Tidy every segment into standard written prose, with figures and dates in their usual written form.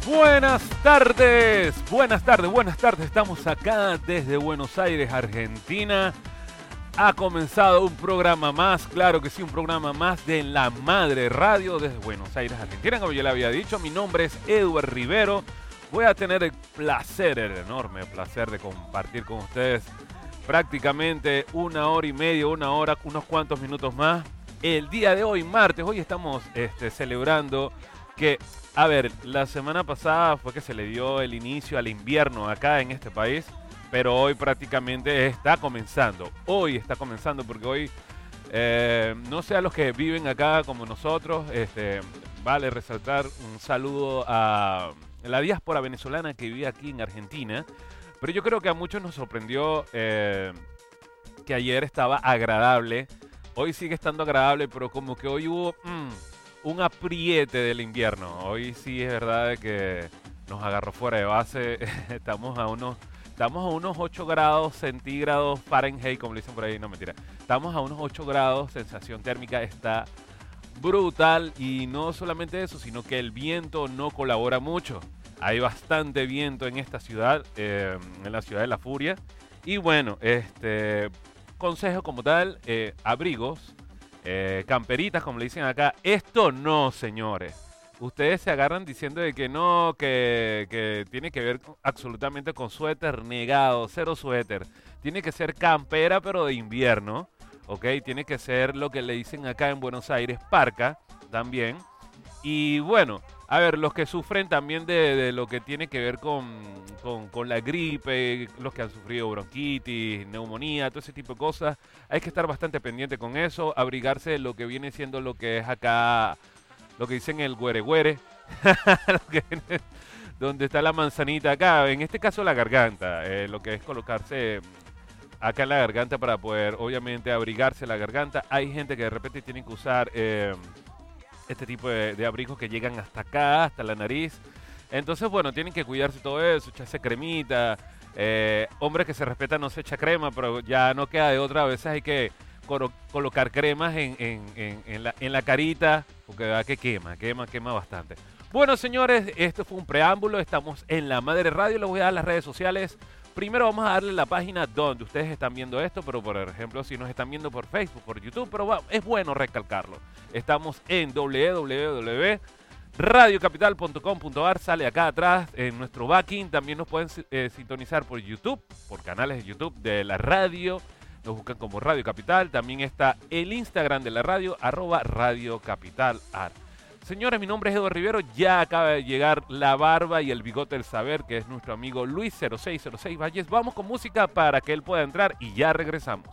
Buenas tardes, buenas tardes. Estamos acá desde Buenos Aires, Argentina. Ha comenzado un programa más, claro que sí, un programa más de La Madre Radio desde Buenos Aires, Argentina. Como yo le había dicho, mi nombre es Edward Rivero. Voy a tener el placer, el enorme placer de compartir con ustedes prácticamente una hora y media, una hora, unos cuantos minutos más. El día de hoy, martes, hoy estamos celebrando que, a ver, la semana pasada fue que se le dio el inicio al invierno acá en este país, pero hoy prácticamente está comenzando. Hoy está comenzando porque hoy, no sé a los que viven acá como nosotros, vale resaltar un saludo a la diáspora venezolana que vive aquí en Argentina, pero yo creo que a muchos nos sorprendió que ayer estaba agradable. Hoy sigue estando agradable, pero como que hoy hubo un apriete del invierno. Hoy sí es verdad de que nos agarró fuera de base. Estamos a unos 8 grados centígrados Fahrenheit, como le dicen por ahí, no mentira. Estamos a unos 8 grados, sensación térmica está brutal y no solamente eso, sino que el viento no colabora mucho. Hay bastante viento en esta ciudad, en la ciudad de La Furia. Y bueno, consejo como tal, abrigos, camperitas, como le dicen acá. Esto no, señores. Ustedes se agarran diciendo de que no, que tiene que ver absolutamente con suéter negado, cero suéter. Tiene que ser campera, pero de invierno, ¿ok? Tiene que ser lo que le dicen acá en Buenos Aires, parca, también. Y bueno, a ver, los que sufren también de lo que tiene que ver con la gripe, los que han sufrido bronquitis, neumonía, todo ese tipo de cosas, hay que estar bastante pendiente con eso, abrigarse de lo que viene siendo lo que es acá, lo que dicen el güere güere, donde está la manzanita acá, en este caso la garganta, lo que es colocarse acá en la garganta para poder obviamente abrigarse la garganta. Hay gente que de repente tiene que usar este tipo de abrigos que llegan hasta acá, hasta la nariz. Entonces, bueno, tienen que cuidarse todo eso, echarse cremita. Hombres que se respetan no se echa crema, pero ya no queda de otra. A veces hay que colocar cremas en la carita, porque da que quema bastante. Bueno, señores, esto fue un preámbulo. Estamos en La Madre Radio. Les voy a dar las redes sociales. Primero vamos a darle la página donde ustedes están viendo esto, pero por ejemplo, si nos están viendo por Facebook, por YouTube, pero bueno, es bueno recalcarlo. Estamos en www.radiocapital.com.ar, sale acá atrás en nuestro backing. También nos pueden sintonizar por YouTube, por canales de YouTube de la radio. Nos buscan como Radio Capital. También está el Instagram de la radio, @RadioCapitalAr. Señores, mi nombre es Eduardo Rivero. Ya acaba de llegar la barba y el bigote del saber, que es nuestro amigo Luis 0606 Valles. Vamos con música para que él pueda entrar y ya regresamos.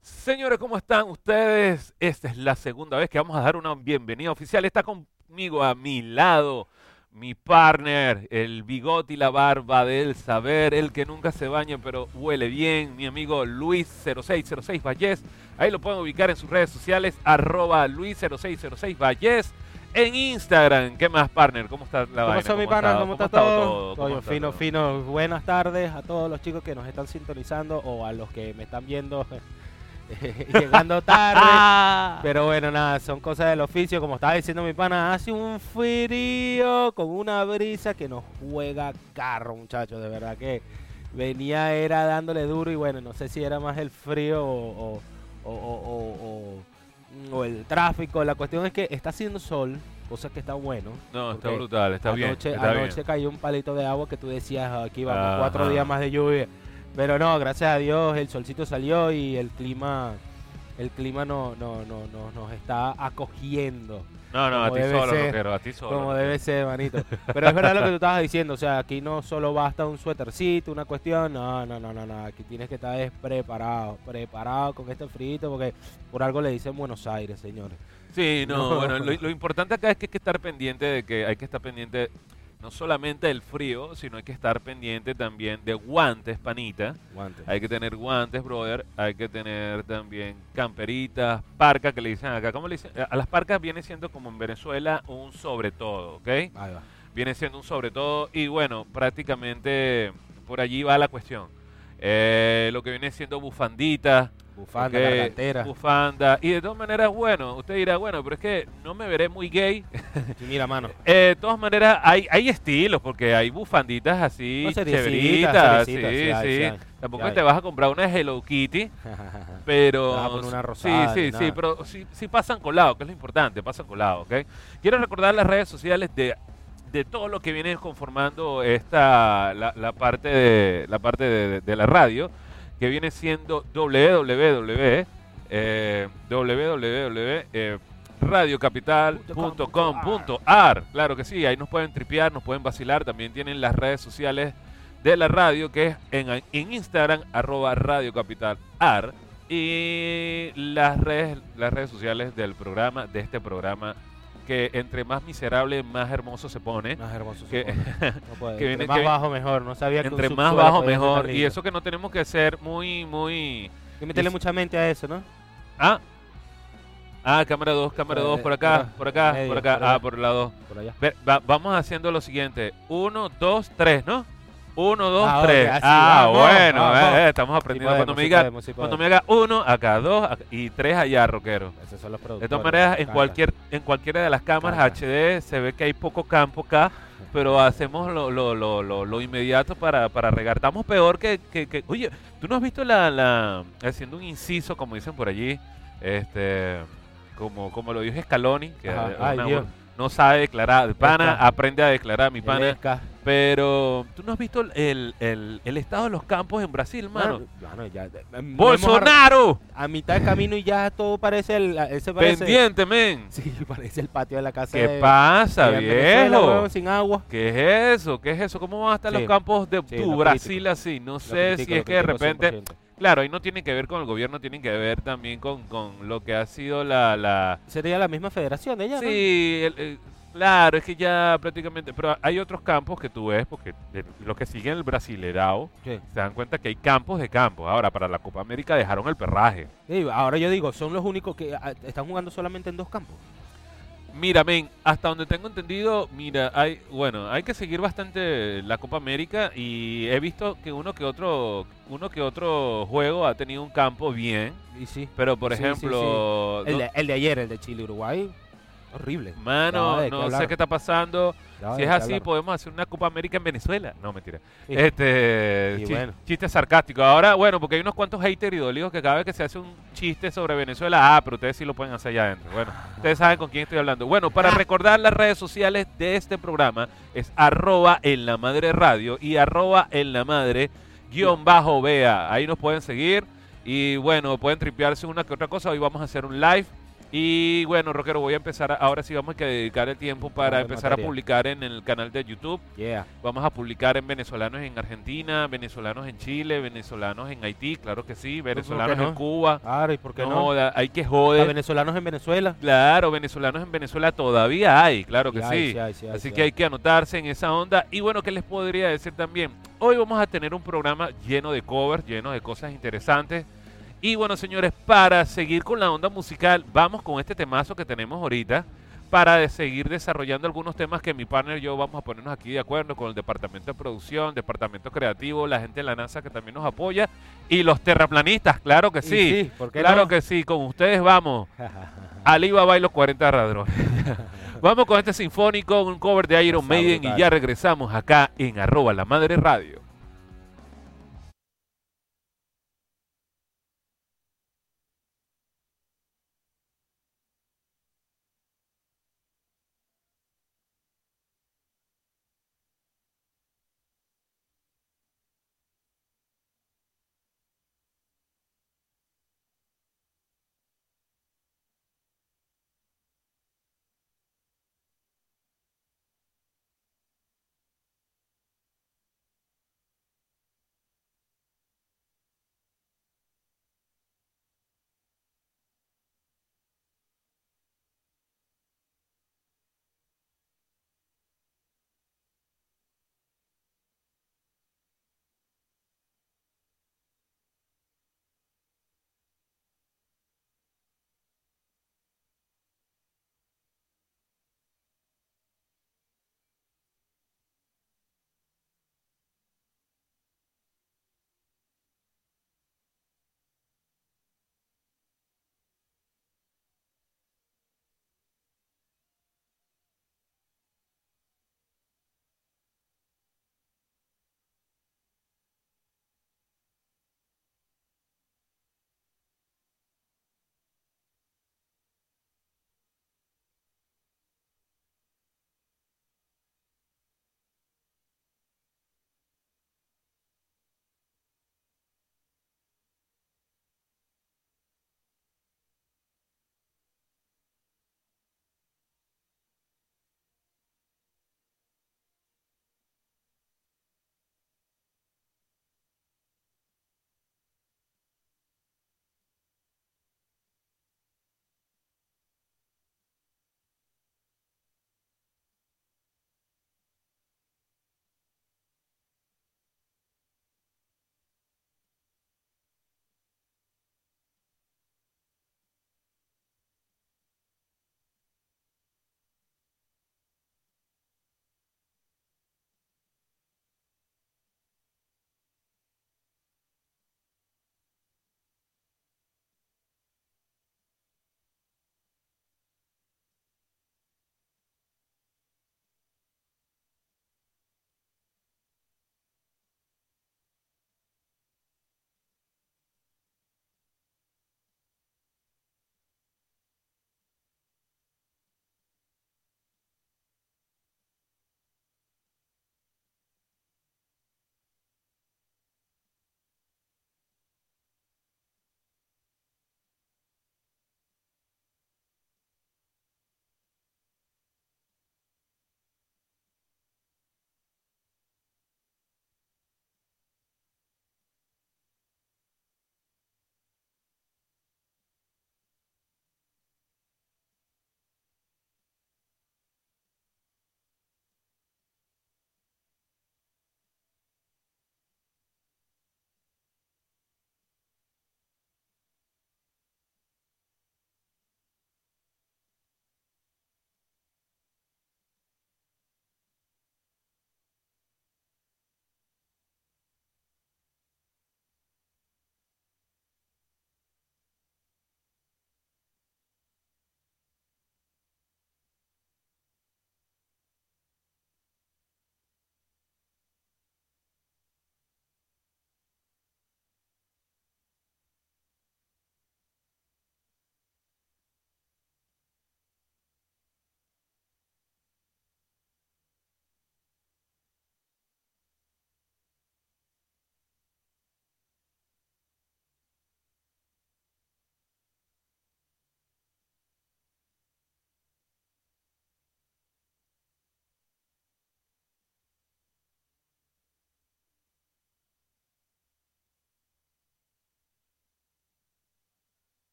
Señores, ¿cómo están ustedes? Esta es la segunda vez que vamos a dar una bienvenida oficial. Está conmigo a mi lado, mi partner, el bigote y la barba del saber, el que nunca se baña pero huele bien, mi amigo Luis0606 Vallés. Ahí lo pueden ubicar en sus redes sociales, @Luis0606 Vallés. En Instagram, ¿qué más, partner? ¿Cómo está la vaina? ¿Cómo está mi pana? ¿Cómo está todo? Todo fino, fino. Buenas tardes a todos los chicos que nos están sintonizando o a los que me están viendo llegando tarde. Pero bueno, nada, son cosas del oficio. Como estaba diciendo mi pana, hace un frío con una brisa que nos juega carro, muchachos. De verdad que era dándole duro y bueno, no sé si era más el frío o el tráfico. La cuestión es que está haciendo sol, cosa que está bueno. No, está brutal, está bien. Anoche cayó un palito de agua que tú decías, aquí vamos, 4 días más de lluvia. Pero no, gracias a Dios el solcito salió y el clima nos está acogiendo. No, a ti solo, rockero, a ti solo. Como debe ser, manito. Pero es verdad lo que tú estabas diciendo, o sea, aquí no solo basta un suétercito, una cuestión, no, aquí tienes que estar preparado con este frito, porque por algo le dicen Buenos Aires, señores. Sí, bueno, lo importante acá es que hay que estar pendiente no solamente del frío, sino hay que estar pendiente también de guantes, panita. Hay que tener guantes, brother. Hay que tener también camperitas, parcas que le dicen acá. ¿Cómo le dicen? A las parcas viene siendo como en Venezuela un sobre todo, ¿ok? Ahí va. Viene siendo un sobre todo y bueno, prácticamente por allí va la cuestión. Lo que viene siendo bufandita. Bufanda, gargantera. Bufanda. Y de todas maneras, bueno, usted dirá, bueno, pero es que no me veré muy gay. Sí, mira, mano. De todas maneras, hay estilos, porque hay bufanditas así, chéveritas. Sí. Tampoco te vas a comprar una Hello Kitty, pero... Te vas a poner una rosada, sí, pero sí pasan colado, que es lo importante, pasan colado, ¿ok? Quiero recordar las redes sociales de todo lo que viene conformando la parte de la radio, que viene siendo www.radiocapital.com.ar. Claro que sí, ahí nos pueden tripear, nos pueden vacilar. También tienen las redes sociales de la radio, que es en Instagram, @RadioCapitalAr. Y las redes sociales del programa, de este programa, que entre más miserable, más hermoso se pone. Más hermoso se pone. No puede. Entre más bajo, mejor. No sabía que entre más bajo, mejor. Y eso que no tenemos que ser muy... Hay que meterle mucha mente a eso, ¿no? Cámara 2, por acá. Por el lado. Por allá. Vamos haciendo lo siguiente. 1, 2, 3, ¿no? 1, 2, 3. Okay, Bueno, estamos aprendiendo. Cuando me haga 1, acá 2 y 3 allá, rockero. Esos son los productores. De todas maneras, en cualquiera de las cámaras HD se ve que hay poco campo acá, pero hacemos lo inmediato para regar. Estamos peor que... Oye, ¿tú no has visto haciendo un inciso, como dicen por allí, como lo dijo Scaloni, que no sabe declarar? Pana, aprende a declarar, mi pana. Pero, ¿tú no has visto el estado de los campos en Brasil, mano? ¡Bolsonaro! A mitad del camino y ya todo parece pendiente, men. Sí, parece el patio de la casa. ¿Qué pasa, viejo? Sin agua. ¿Qué es eso? ¿Cómo van a estar los campos de tu Brasil así? No sé si es que de repente... 100%. Claro, ahí no tiene que ver con el gobierno, tiene que ver también con lo que ha sido Sería la misma federación de ella, sí, claro, es que ya prácticamente... Pero hay otros campos que tú ves, porque los que siguen el Brasilerao se dan cuenta que hay campos de campos. Ahora, para la Copa América dejaron el perraje. Sí, ahora yo digo, son los únicos que están jugando solamente en 2 campos. Mira, men, hasta donde tengo entendido, hay que seguir bastante la Copa América y he visto que uno que otro juego ha tenido un campo bien. Y sí. Pero por ejemplo, sí. El de ayer, el de Chile-Uruguay, horrible. Mano, no sé qué está pasando. Si es así, podemos hacer una Copa América en Venezuela. No, mentira. Sí. Chiste sarcástico. Ahora, bueno, porque hay unos cuantos haters y dolidos que cada vez que se hace un chiste sobre Venezuela, pero ustedes sí lo pueden hacer allá adentro. Bueno, ustedes saben con quién estoy hablando. Bueno, para recordar las redes sociales de este programa es @enlamadreradio y @enlamadre_bea. Ahí nos pueden seguir y bueno, pueden tripearse una que otra cosa. Hoy vamos a hacer un live Y bueno, Rockero, voy a empezar, ahora sí vamos a dedicar el tiempo para Dale empezar a materia. publicar en el canal de YouTube. Yeah. Vamos a publicar en venezolanos en Argentina, venezolanos en Chile, venezolanos en Haití, claro que sí, venezolanos no? en Cuba. Claro, ¿y por qué No no? joda, hay que A joder. venezolanos en Venezuela. Claro, venezolanos en Venezuela todavía hay, claro que Sí hay, sí. sí hay, sí hay, Así sí que hay. hay que anotarse en esa onda. Y bueno, ¿qué les podría decir también? Hoy vamos a tener un programa lleno de covers, lleno de cosas interesantes. Y bueno, señores, para seguir con la onda musical, vamos con este temazo que tenemos ahorita para seguir desarrollando algunos temas que mi partner y yo vamos a ponernos aquí de acuerdo con el departamento de producción, departamento creativo, la gente de la NASA que también nos apoya y los terraplanistas, claro que Y sí. sí, ¿por qué Claro no? que sí, con ustedes vamos. Alibaba y los 40 ladrones. Vamos con este sinfónico, un cover de Iron Está Maiden brutal. y ya regresamos acá en @lamadreradio.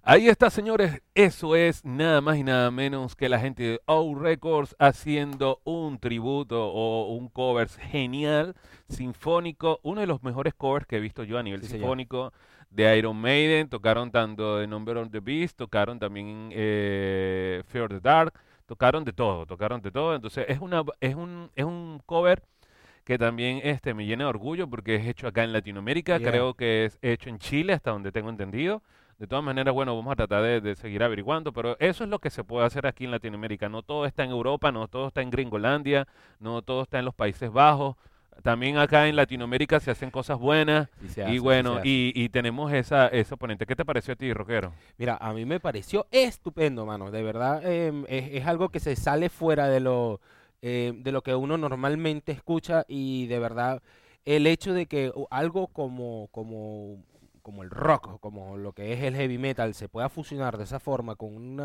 Ahí está, señores. Eso es nada más y nada menos que la gente de O Records haciendo un tributo o un cover genial, sinfónico. Uno de los mejores covers que he visto yo a nivel sinfónico de Iron Maiden. Tocaron tanto The Number of the Beast, tocaron también Fear the Dark, tocaron de todo, Entonces es un cover que también me llena de orgullo porque es hecho acá en Latinoamérica. Creo que es hecho en Chile, hasta donde tengo entendido. De todas maneras, bueno, vamos a tratar de seguir averiguando, pero eso es lo que se puede hacer aquí en Latinoamérica. No todo está en Europa, no todo está en Gringolandia, no todo está en los Países Bajos. También acá en Latinoamérica se hacen cosas buenas y tenemos ese oponente. ¿Qué te pareció a ti, rockero? Mira, a mí me pareció estupendo, mano. De verdad, es algo que se sale fuera de lo que uno normalmente escucha, y de verdad el hecho de que algo como el rock, como lo que es el heavy metal, se pueda fusionar de esa forma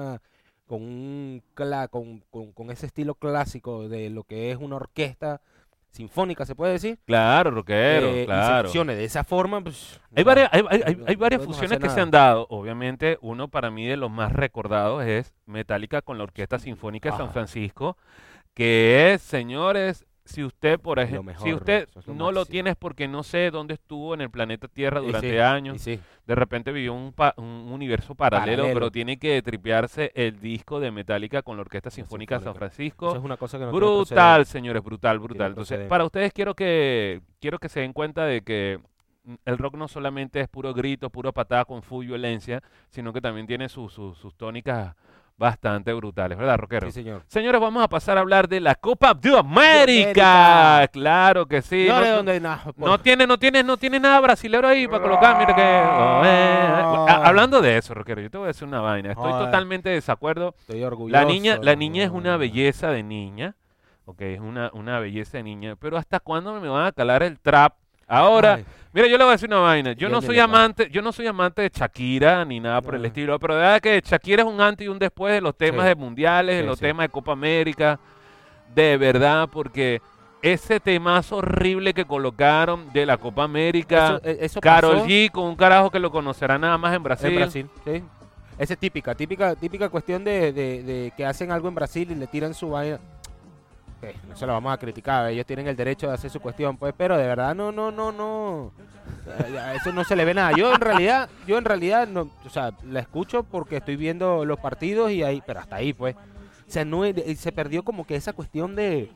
con ese estilo clásico de lo que es una orquesta sinfónica, se puede decir. Claro, rockero, claro. Y se fusione de esa forma, pues... Hay varias fusiones que se han dado. Obviamente, uno para mí de los más recordados es Metallica con la Orquesta Sinfónica de San Francisco, que es, señores... Si usted, por ejemplo, si usted no lo tiene es porque no sé dónde estuvo en el planeta Tierra durante años, de repente vivió un universo paralelo, pero tiene que tripearse el disco de Metallica con la Orquesta Sinfónica de San Francisco. Eso es una cosa que no brutal, señores, brutal. Entonces, para ustedes quiero que se den cuenta de que el rock no solamente es puro grito, puro patada con full violencia, sino que también tiene sus tónicas bastante brutales, ¿verdad, rockero? Sí, señor. Señores, vamos a pasar a hablar de la Copa de América. Claro que sí. No tiene nada brasilero ahí para colocar, mira que... Hablando de eso, rockero, yo te voy a decir una vaina. Estoy totalmente de desacuerdo. Estoy orgulloso. La niña es una belleza de niña, ok, es una belleza de niña, pero ¿hasta cuándo me van a calar el trap? Ahora, mira, yo le voy a decir una vaina. Yo no soy amante de Shakira ni nada por el estilo, pero de verdad que Shakira es un antes y un después de los temas de mundiales, de los temas de Copa América, de verdad, porque ese temazo horrible que colocaron de la Copa América, eso Karol G con un carajo que lo conocerá nada más en Brasil. En Brasil, sí. Esa es típica cuestión de que hacen algo en Brasil y le tiran su vaina. No se lo vamos a criticar, ellos tienen el derecho de hacer su cuestión, pues, pero de verdad no. A eso no se le ve nada. Yo en realidad no, o sea, la escucho porque estoy viendo los partidos y ahí, pero hasta ahí, pues. O sea, no se perdió como que esa cuestión de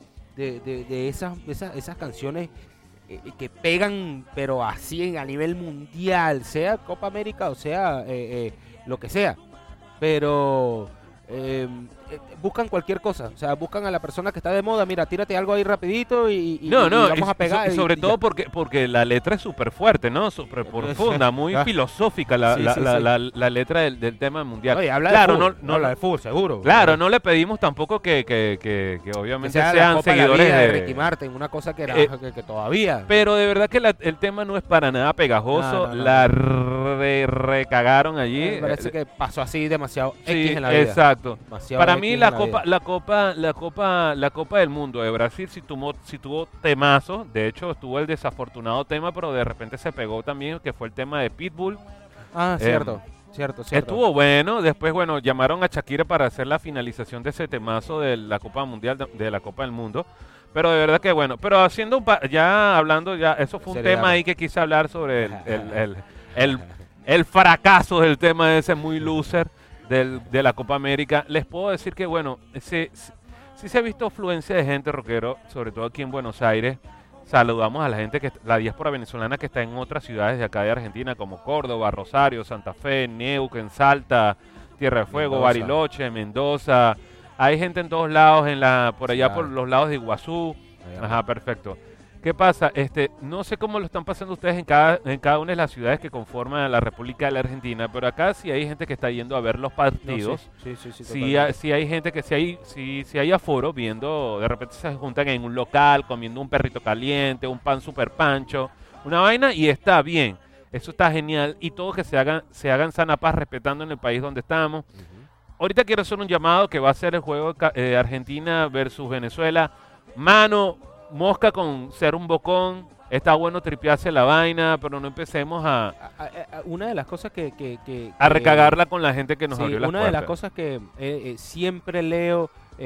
esas canciones que pegan, pero así a nivel mundial, sea Copa América o sea lo que sea. Pero buscan cualquier cosa, o sea, buscan a la persona que está de moda, mira, tírate algo ahí rapidito y vamos a pegar. Sobre todo porque la letra es súper fuerte, ¿no? Súper profunda, muy filosófica la letra del tema mundial. Oye, habla de fútbol, seguro. Claro, no le pedimos tampoco que obviamente sean seguidores de Ricky Martin, una cosa que era que todavía. Pero de verdad que el tema no es para nada pegajoso, la recagaron allí. Me parece que pasó así demasiado X en la vida. Exacto. Para mí la Copa del Mundo de Brasil sí tuvo temazos. De hecho estuvo el desafortunado tema, pero de repente se pegó también, que fue el tema de Pitbull. Cierto. Estuvo bueno. Después, llamaron a Shakira para hacer la finalización de ese temazo de la Copa Mundial, de la Copa del Mundo. Pero de verdad que bueno. Pero haciendo eso fue un tema ahí que quise hablar sobre el fracaso del tema ese muy loser de la Copa América. Les puedo decir que, sí se ha visto afluencia de gente, rockero, sobre todo aquí en Buenos Aires. Saludamos a la gente, la diáspora venezolana que está en otras ciudades de acá de Argentina, como Córdoba, Rosario, Santa Fe, Neuquén, Salta, Tierra de Fuego, Mendoza. Bariloche, Mendoza. Hay gente en todos lados, por allá por los lados de Iguazú. Ajá, perfecto. ¿Qué pasa? No sé cómo lo están pasando ustedes en cada una de las ciudades que conforman la República de la Argentina, pero acá sí hay gente que está yendo a ver los partidos. Sí hay gente que sí hay aforo viendo, de repente se juntan en un local comiendo un perrito caliente, un pan super pancho, una vaina, y está bien. Eso está genial, y todo que se hagan sana paz respetando en el país donde estamos. Ahorita quiero hacer un llamado que va a ser el juego Argentina versus Venezuela. Mano, mosca con ser un bocón, está bueno tripearse la vaina, pero no empecemos Una de las cosas a recagarla con la gente que nos sí, abrió las una puertas. de las cosas que siempre leo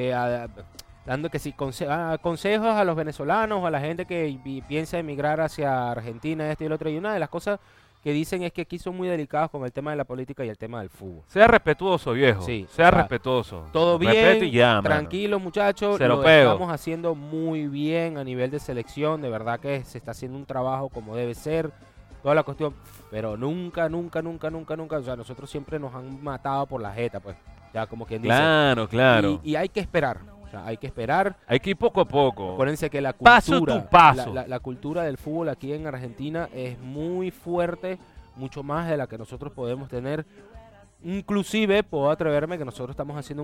dando que si consejos a los venezolanos o a la gente que piensa emigrar hacia Argentina, esto y el otro, y una de las cosas que dicen es que aquí son muy delicados con el tema de la política y el tema del fútbol. Sea respetuoso, viejo. Sí, sea o sea, respetuoso. Todo Respeto bien, y ya, tranquilos muchachos, Se lo lo pego. estamos haciendo muy bien a nivel de selección, de verdad que se está haciendo un trabajo como debe ser, toda la cuestión, pero nunca, o sea, nosotros siempre nos han matado por la jeta, pues, ya como quien dice. Claro. Y hay que esperar, o sea, hay que esperar. Hay que ir poco a poco. Acuérdense que la Paso cultura, tu paso. la cultura del fútbol aquí en Argentina es muy fuerte, mucho más de la que nosotros podemos tener. Inclusive puedo atreverme que nosotros estamos haciendo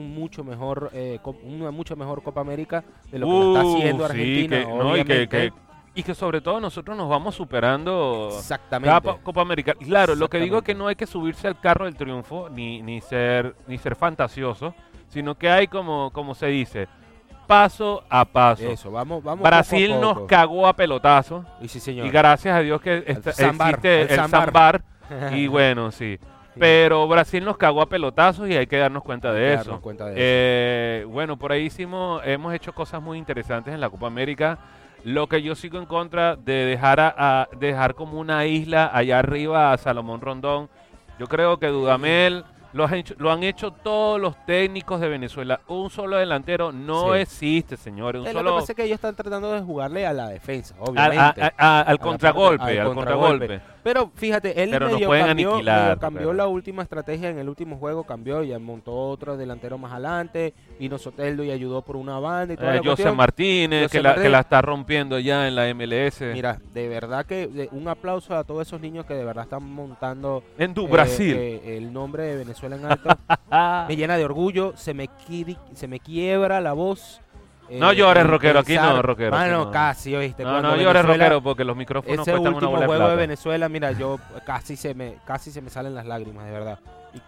una mucho mejor Copa América de lo que lo está haciendo Argentina. Sí, obviamente. y que sobre todo nosotros nos vamos superando Exactamente. cada Copa América. Claro, lo que digo es que no hay que subirse al carro del triunfo ni ser fantasioso, sino que hay como se dice, paso a paso. Eso, vamos Brasil poco a nos poco. cagó a pelotazos. Y sí, señor. Y gracias a Dios que existe el Sambar. Y bueno, sí. Pero Brasil nos cagó a pelotazos y hay que darnos cuenta de eso. Bueno, por ahí hemos hecho cosas muy interesantes en la Copa América. Lo que yo sigo en contra de dejar como una isla allá arriba a Salomón Rondón. Yo creo que Dudamel lo han hecho todos los técnicos de Venezuela. Un solo delantero no existe, señores. Lo que pasa es que ellos están tratando de jugarle a la defensa, obviamente. Al contragolpe. Pero fíjate, él medio cambió la última estrategia en el último juego, cambió y montó otro delantero más adelante, vino Soteldo y ayudó por una banda y toda la José Martínez, que la está rompiendo ya en la MLS. Mira, de verdad que un aplauso a todos esos niños que de verdad están montando en tu Brasil el nombre de Venezuela en alto. Me llena de orgullo, se me quiebra la voz. No llores, rockero, aquí no, rockero. Bueno, no. casi, ¿oíste? No llores, rockero, porque los micrófonos ese cuestan una último bola de juego plata. de Venezuela, mira, yo casi se me salen las lágrimas, de verdad.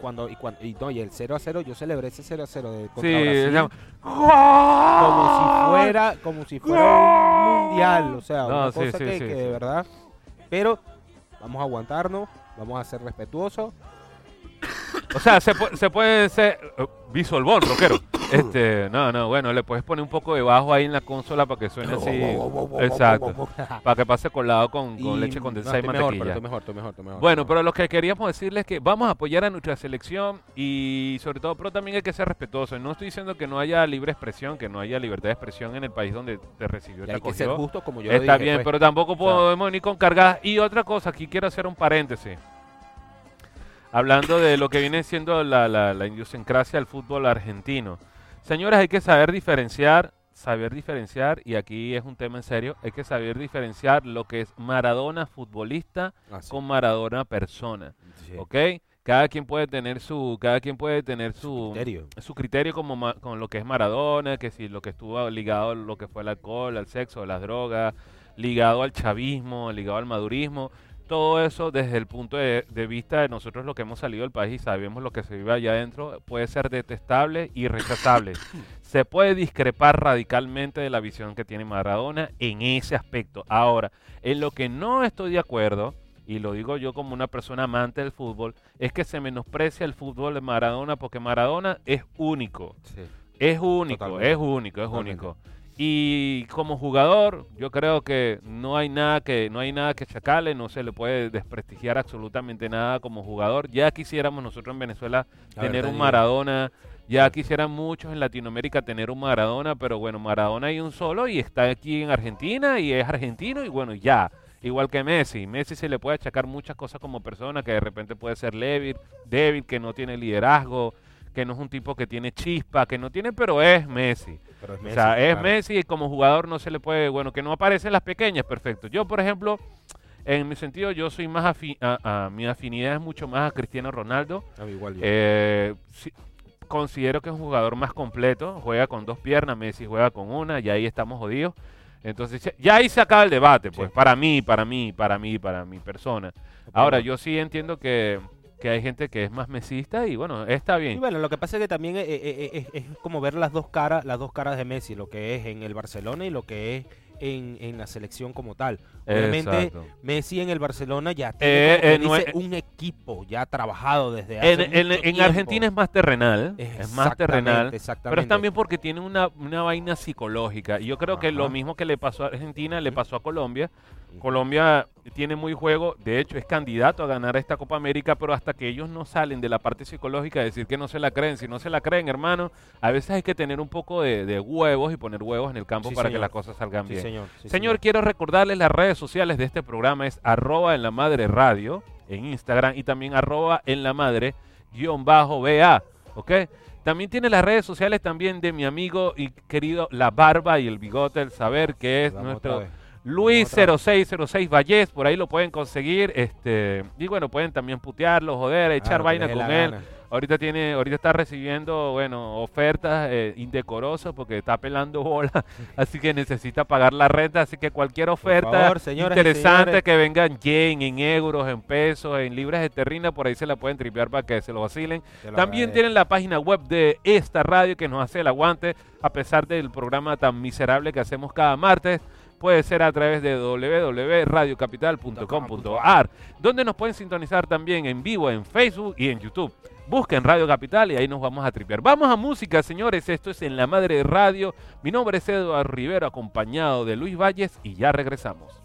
Y el 0-0, yo celebré ese 0-0 contra Brasil. Como si fuera un mundial, o sea, una cosa que de verdad. Pero vamos a aguantarnos, vamos a ser respetuosos. O sea, se puede ser Bisolbón, rockero. Bueno, le puedes poner un poco de bajo ahí en la consola para que suene así. Exacto. Para que pase colado con leche condensada y mantequilla. Mejor. Bueno, pero lo que queríamos decirles es que vamos a apoyar a nuestra selección y sobre todo, pero también hay que ser respetuosos. No estoy diciendo que no haya libre expresión, que no haya libertad de expresión en el país donde te recibió, te hay acogió. que ser justo, como yo Está dije, bien, pues. pero tampoco podemos ni con cargas. Y otra cosa, aquí quiero hacer un paréntesis. Hablando de lo que viene siendo la idiosincrasia del fútbol argentino. Señores, hay que saber diferenciar, y aquí es un tema en serio, hay que saber diferenciar lo que es Maradona futbolista con Maradona persona. Sí. ¿Ok? Cada quien puede tener su criterio con lo que es Maradona, que si lo que estuvo ligado a lo que fue el alcohol, al sexo, a las drogas, ligado al chavismo, ligado al madurismo. Todo eso desde el punto de vista de nosotros, lo que hemos salido del país y sabemos lo que se vive allá adentro, puede ser detestable y rechazable. Se puede discrepar radicalmente de la visión que tiene Maradona en ese aspecto. Ahora, en lo que no estoy de acuerdo, y lo digo yo como una persona amante del fútbol, es que se menosprecia el fútbol de Maradona porque Maradona es único. Sí. Es único. Y como jugador, yo creo que no hay nada que achacarle, no se le puede desprestigiar absolutamente nada como jugador. Ya quisiéramos nosotros en Venezuela tener un Maradona, ya quisieran muchos en Latinoamérica tener un Maradona, pero bueno, Maradona hay un solo y está aquí en Argentina y es argentino y bueno, ya. Igual que Messi se le puede achacar muchas cosas como persona, que de repente puede ser débil, que no tiene liderazgo, que no es un tipo que tiene chispa, que no tiene, pero es Messi. O sea, es Messi y como jugador no se le puede, bueno, que no aparece en las pequeñas, perfecto. Yo, por ejemplo, en mi sentido, yo soy más mi afinidad es mucho más a Cristiano Ronaldo. Igual considero que es un jugador más completo, juega con dos piernas, Messi juega con una, y ahí estamos jodidos. Entonces, ya ahí se acaba el debate, pues, sí. para mi persona. Ahora, yo sí entiendo que hay gente que es más mesista y bueno, está bien. Y bueno, lo que pasa es que también es como ver las dos caras de Messi, lo que es en el Barcelona y lo que es en la selección como tal. Obviamente, Exacto. Messi en el Barcelona ya tiene, como que No dice, es- un equipo ya trabajado desde hace mucho en tiempo. Argentina es más terrenal, es más terrenal, pero es Exactamente. también porque tiene una vaina psicológica. Y yo creo que lo Ajá. mismo que le pasó a Argentina, le Ujú. pasó a Colombia. Ujú. Colombia tiene muy juego, de hecho es candidato a ganar esta Copa América, pero hasta que ellos no salen de la parte psicológica de decir que no se la creen, si no se la creen, hermano, a veces hay que tener un poco de huevos y poner huevos en el campo Sí, para que señor. las cosas salgan Sí, bien. señor. Sí, Señor, quiero recordarles las redes sociales de este programa, es arroba en la madre radio en Instagram y también arroba en la madre _BA, ¿ok? También tiene las redes sociales también de mi amigo y querido La Barba y el Bigote, el saber, que es Vamos nuestro otra vez. Luis Vamos otra vez. 0606 Vallés, por ahí lo pueden conseguir, y bueno, pueden también putearlo, joder, echar Claro, que vaina les dé con la él. gana. Ahorita está recibiendo, bueno, ofertas indecorosas porque está pelando bola, así que necesita pagar la renta, así que cualquier oferta favor, señoras y interesante señores. que venga en yen, en euros, en pesos, en libras esterlinas, por ahí se la pueden tripear para que se lo vacilen. Te lo También agradezco. tienen la página web de esta radio que nos hace el aguante, a pesar del programa tan miserable que hacemos cada martes. Puede ser a través de www.radiocapital.com.ar, donde nos pueden sintonizar también en vivo en Facebook y en YouTube. Busquen Radio Capital y ahí nos vamos a tripear. Vamos a música, señores. Esto es En la Madre Radio. Mi nombre es Eduardo Rivero, acompañado de Luis Valles, y ya regresamos.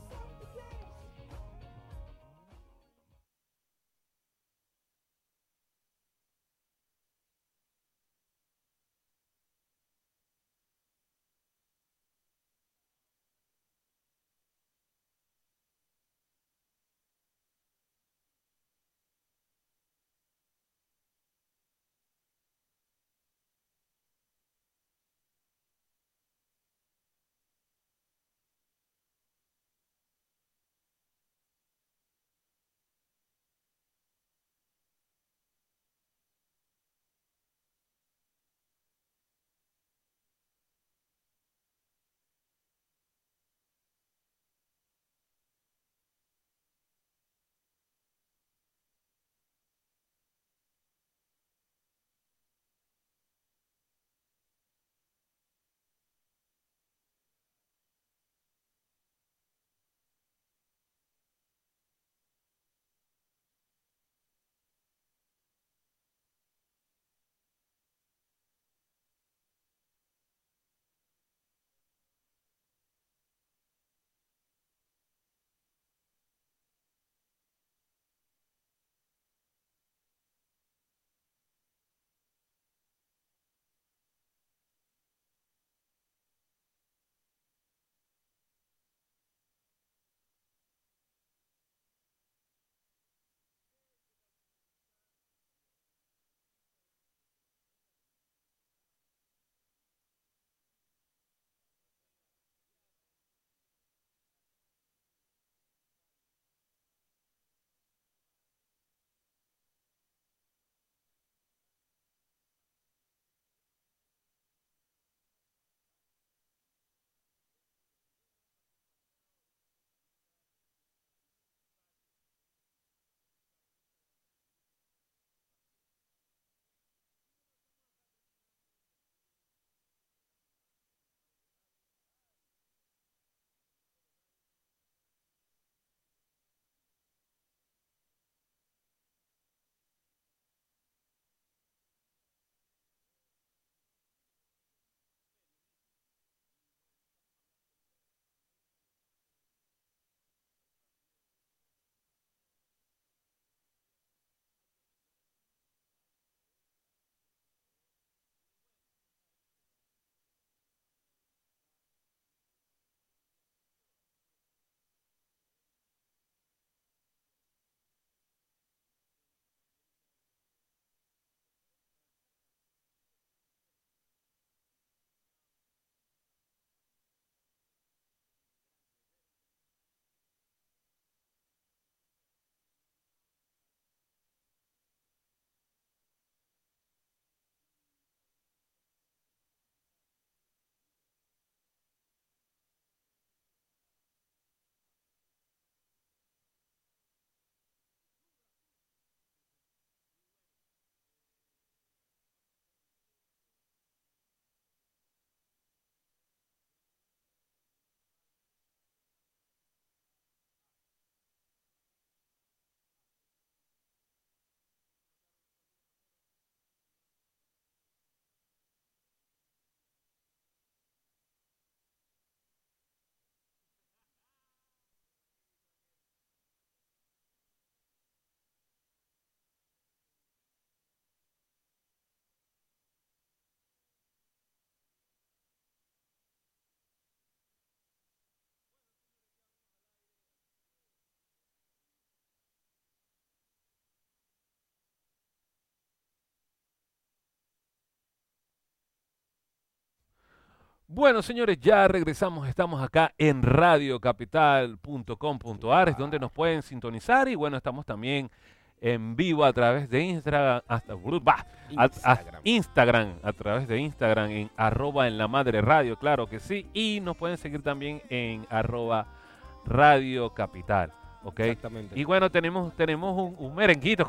Bueno, señores, ya regresamos. Estamos acá en radiocapital.com.ar, es donde nos pueden sintonizar. Y bueno, estamos también en vivo a través de Instagram, Instagram, a través de Instagram en @enlamadreradio, claro que sí. Y nos pueden seguir también en @radiocapital. ¿Ok? Exactamente. Y bueno, tenemos un merenguito.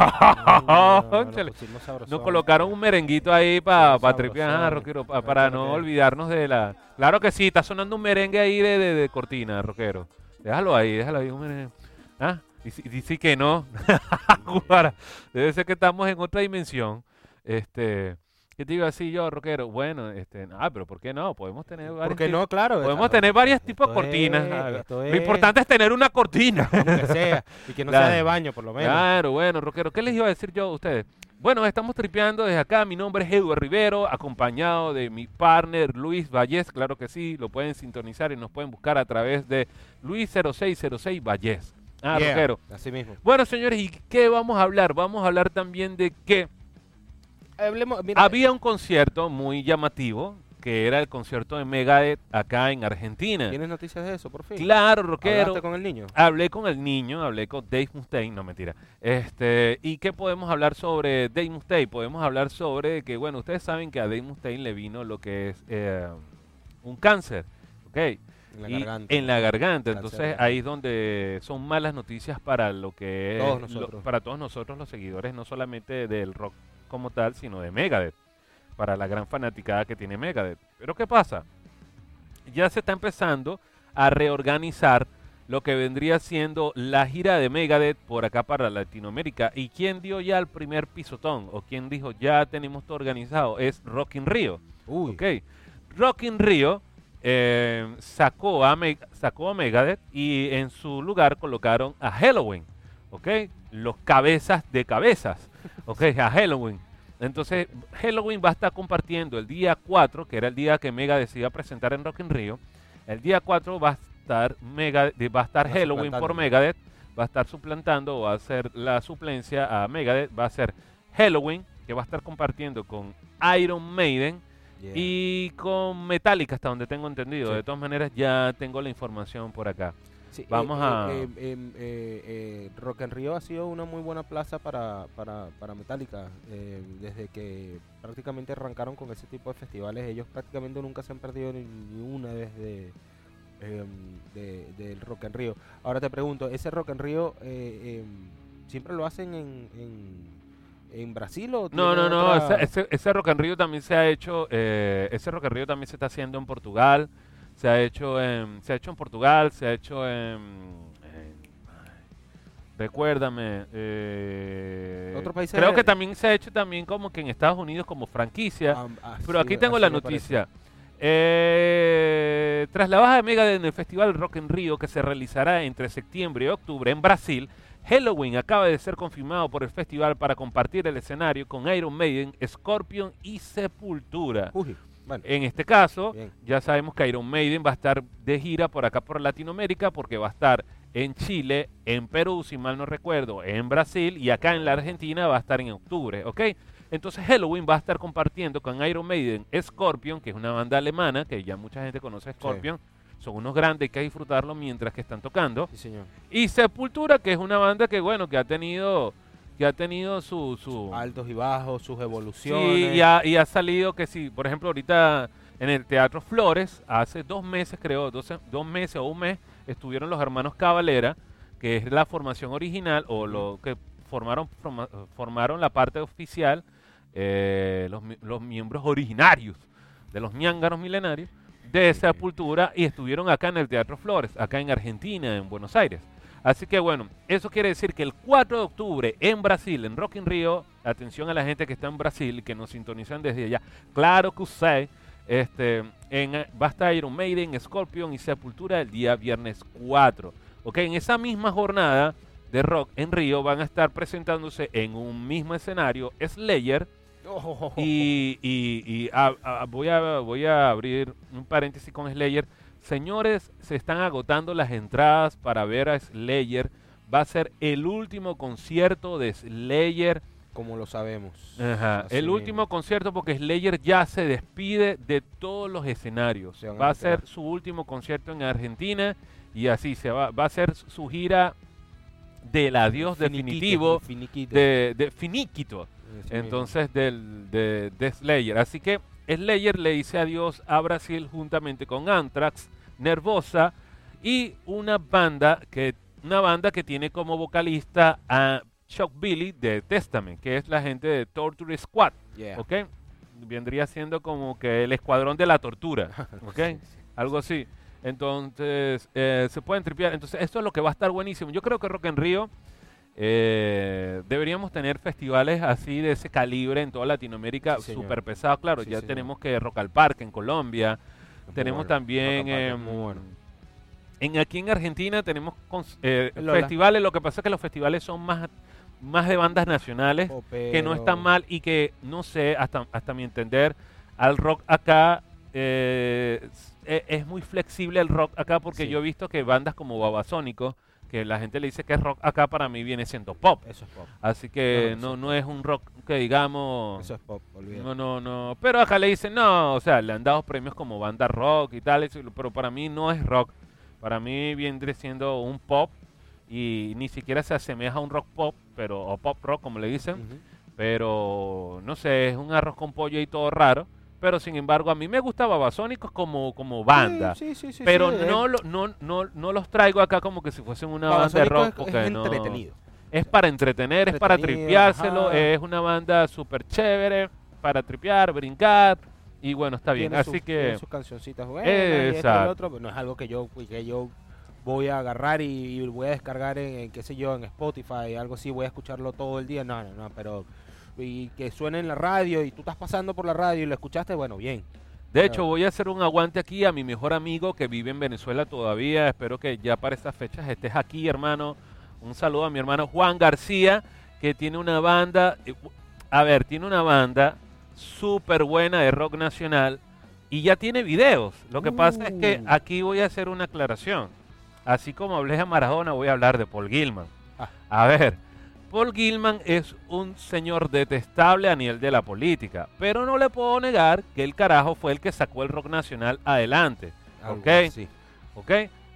Nos Nos colocaron un merenguito ahí para tripear, sabrosón. rockero, para no olvidarnos de la... Claro que sí, está sonando un merengue ahí de cortina, rockero. Déjalo ahí, un merengue. ¿Ah? Dice que no. Guara, debe ser que estamos en otra dimensión. ¿Qué te iba a decir yo, rockero? Bueno, pero ¿por qué no? Podemos tener varios ¿Por qué no? Claro. podemos tener varios tipos de cortinas. Lo importante es tener una cortina. Aunque sea, y que no Claro. sea de baño, por lo menos. Claro, bueno, rockero, ¿qué les iba a decir yo a ustedes? Bueno, estamos tripeando desde acá. Mi nombre es Eduardo Rivero, acompañado de mi partner Luis Vallés. Claro que sí, lo pueden sintonizar y nos pueden buscar a través de Luis0606 Vallés. Yeah, Rockero. así mismo. Bueno, señores, ¿y qué vamos a hablar? Vamos a hablar también de que Hablemos, mira, había un concierto muy llamativo, que era el concierto de Megadeth acá en Argentina. ¿tienes noticias de eso, por fin? Claro, rockero. ¿Hablaste con el niño? Hablé con el niño, hablé con Dave Mustaine, no mentira. ¿Y qué podemos hablar sobre Dave Mustaine? Podemos hablar sobre que, bueno, ustedes saben que a Dave Mustaine le vino lo que es un cáncer, ¿ok? En la Y garganta. en la garganta. Cáncer de Entonces garganta. ahí es donde son malas noticias para lo que es Todos nosotros. para todos nosotros los seguidores, no solamente del rock como tal, sino de Megadeth, para la gran fanaticada que tiene Megadeth. Pero ¿qué pasa? Ya se está empezando a reorganizar lo que vendría siendo la gira de Megadeth por acá para Latinoamérica. ¿Y quién dio ya el primer pisotón? ¿O quién dijo ya tenemos todo organizado? Es Rock in Rio. Uy. Ok. Rock in Rio sacó a Megadeth y en su lugar colocaron a Helloween. ¿Ok? Los cabezas de cabezas. ¿Ok? A Helloween. Entonces, Helloween va a estar compartiendo el día 4, que era el día que Megadeth se iba a presentar en Rock in Rio. El día 4 va a estar Helloween por Megadeth, va a estar suplantando o va a hacer la suplencia a Megadeth, va a ser Helloween, que va a estar compartiendo con Iron Maiden Yeah. y con Metallica, hasta donde tengo entendido. Sí. De todas maneras, ya tengo la información por acá. Sí, Vamos a... Rock in Rio ha sido una muy buena plaza para Metallica. Desde que prácticamente arrancaron con ese tipo de festivales, ellos prácticamente nunca se han perdido ni una desde del Rock in Rio. Ahora te pregunto, ¿ese Rock in Rio siempre lo hacen en Brasil o No, tiene no, otra- ese Rock in Rio también se ha hecho, ese Rock in Rio también se está haciendo en Portugal, se ha hecho en Portugal, se ha hecho recuérdame, ¿Otros países? creo que también se ha hecho también como que en Estados Unidos como franquicia, pero aquí tengo la noticia. Tras la baja de Megadeth en el Festival Rock in Rio que se realizará entre septiembre y octubre en Brasil, Helloween acaba de ser confirmado por el festival para compartir el escenario con Iron Maiden, Scorpion y Sepultura. Uy, bueno, En este caso, bien. ya sabemos que Iron Maiden va a estar de gira por acá por Latinoamérica porque va a estar en Chile, en Perú, si mal no recuerdo, en Brasil y acá en la Argentina va a estar en octubre, ¿ok? Entonces Helloween va a estar compartiendo con Iron Maiden, Scorpion, que es una banda alemana, que ya mucha gente conoce a Scorpion, son unos grandes, hay que disfrutarlo mientras que están tocando. Sí, señor. Y Sepultura, que es una banda que, bueno, que ha tenido su Altos y bajos, sus sí, evoluciones. y ha salido que sí, por ejemplo, ahorita en el Teatro Flores, hace 2 meses, creo, 2 meses o un mes, estuvieron los hermanos Cavalera, que es la formación original, o lo que formaron la parte oficial, los miembros originarios de los ñángaros milenarios de Sepultura, y estuvieron acá en el Teatro Flores, acá en Argentina, en Buenos Aires. Así que bueno, eso quiere decir que el 4 de octubre en Brasil, en Rock in Rio, atención a la gente que está en Brasil y que nos sintonizan desde allá, claro que usted, va a estar Iron Maiden, Scorpion y Sepultura el día viernes 4. Ok, en esa misma jornada de Rock en Rio van a estar presentándose en un mismo escenario Slayer, voy a abrir un paréntesis con Slayer. Señores, se están agotando las entradas para ver a Slayer. Va a ser el último concierto de Slayer como lo sabemos. Ajá. Así El mismo. último concierto, porque Slayer ya se despide de todos los escenarios. Se van a Va a retirar. ser su último concierto en Argentina y así va a ser su gira del adiós definitivo, de finiquito. Entonces de Slayer. Así que Slayer le dice adiós a Brasil juntamente con Anthrax, Nervosa y una banda que tiene como vocalista a Chuck Billy de Testament, que es la gente de Torture Squad, Yeah. ¿ok? Vendría siendo como que el escuadrón de la tortura, ¿ok? Sí. Algo así. Entonces, se pueden tripear. Entonces, esto es lo que va a estar buenísimo. Yo creo que Rock en Río deberíamos tener festivales así de ese calibre en toda Latinoamérica, Sí, señor. súper pesado. Claro, Sí, ya señor. tenemos que Rock al Parque en Colombia. Es muy Tenemos bueno. también Rock al Parque es muy bueno. aquí en Argentina tenemos Lola. festivales. Lo que pasa es que los festivales son más de bandas nacionales, que no están mal y que, no sé, hasta mi entender, al rock acá es muy flexible el rock acá, porque Sí. yo he visto que bandas como Babasónicos, que la gente le dice que es rock acá, para mí viene siendo pop. Eso es pop. Así que No, eso no es un rock que digamos... Eso es pop, olvídate. No. Pero acá le dicen, no, o sea, le han dado premios como banda rock y tal, pero para mí no es rock. Para mí viene siendo un pop y ni siquiera se asemeja a un rock pop, o pop rock como le dicen. Ujú. Pero no sé, es un arroz con pollo y todo raro. Pero sin embargo, a mí me gusta Babasónicos como banda. Sí, Pero sí, no los traigo acá como que si fuesen una banda de rock. Porque es no. entretenido. Es para entretener, es para Entretenido, tripeárselo. ajá. Es una banda súper chévere para tripear, brincar. Y bueno, está bien. Tiene Así tiene que sus cancioncitas buenas y esto y el Exacto. otro, pero no es algo que yo voy a agarrar y voy a descargar en qué sé yo, en Spotify, algo así, voy a escucharlo todo el día. No, pero y que suene en la radio y tú estás pasando por la radio y lo escuchaste, bueno, bien. de hecho, voy a hacer un aguante aquí a mi mejor amigo que vive en Venezuela todavía. Espero que ya para estas fechas estés aquí, hermano. Un saludo a mi hermano Juan García, que tiene una banda, tiene una banda súper buena de rock nacional y ya tiene videos. Lo que pasa es que aquí voy a hacer una aclaración. Así como hablé de Maradona, voy a hablar de Paul Gilman. Ah. A ver, Paul Gilman es un señor detestable a nivel de la política, pero no le puedo negar que el carajo fue el que sacó el rock nacional adelante. Algo ¿Ok? así. ¿Ok?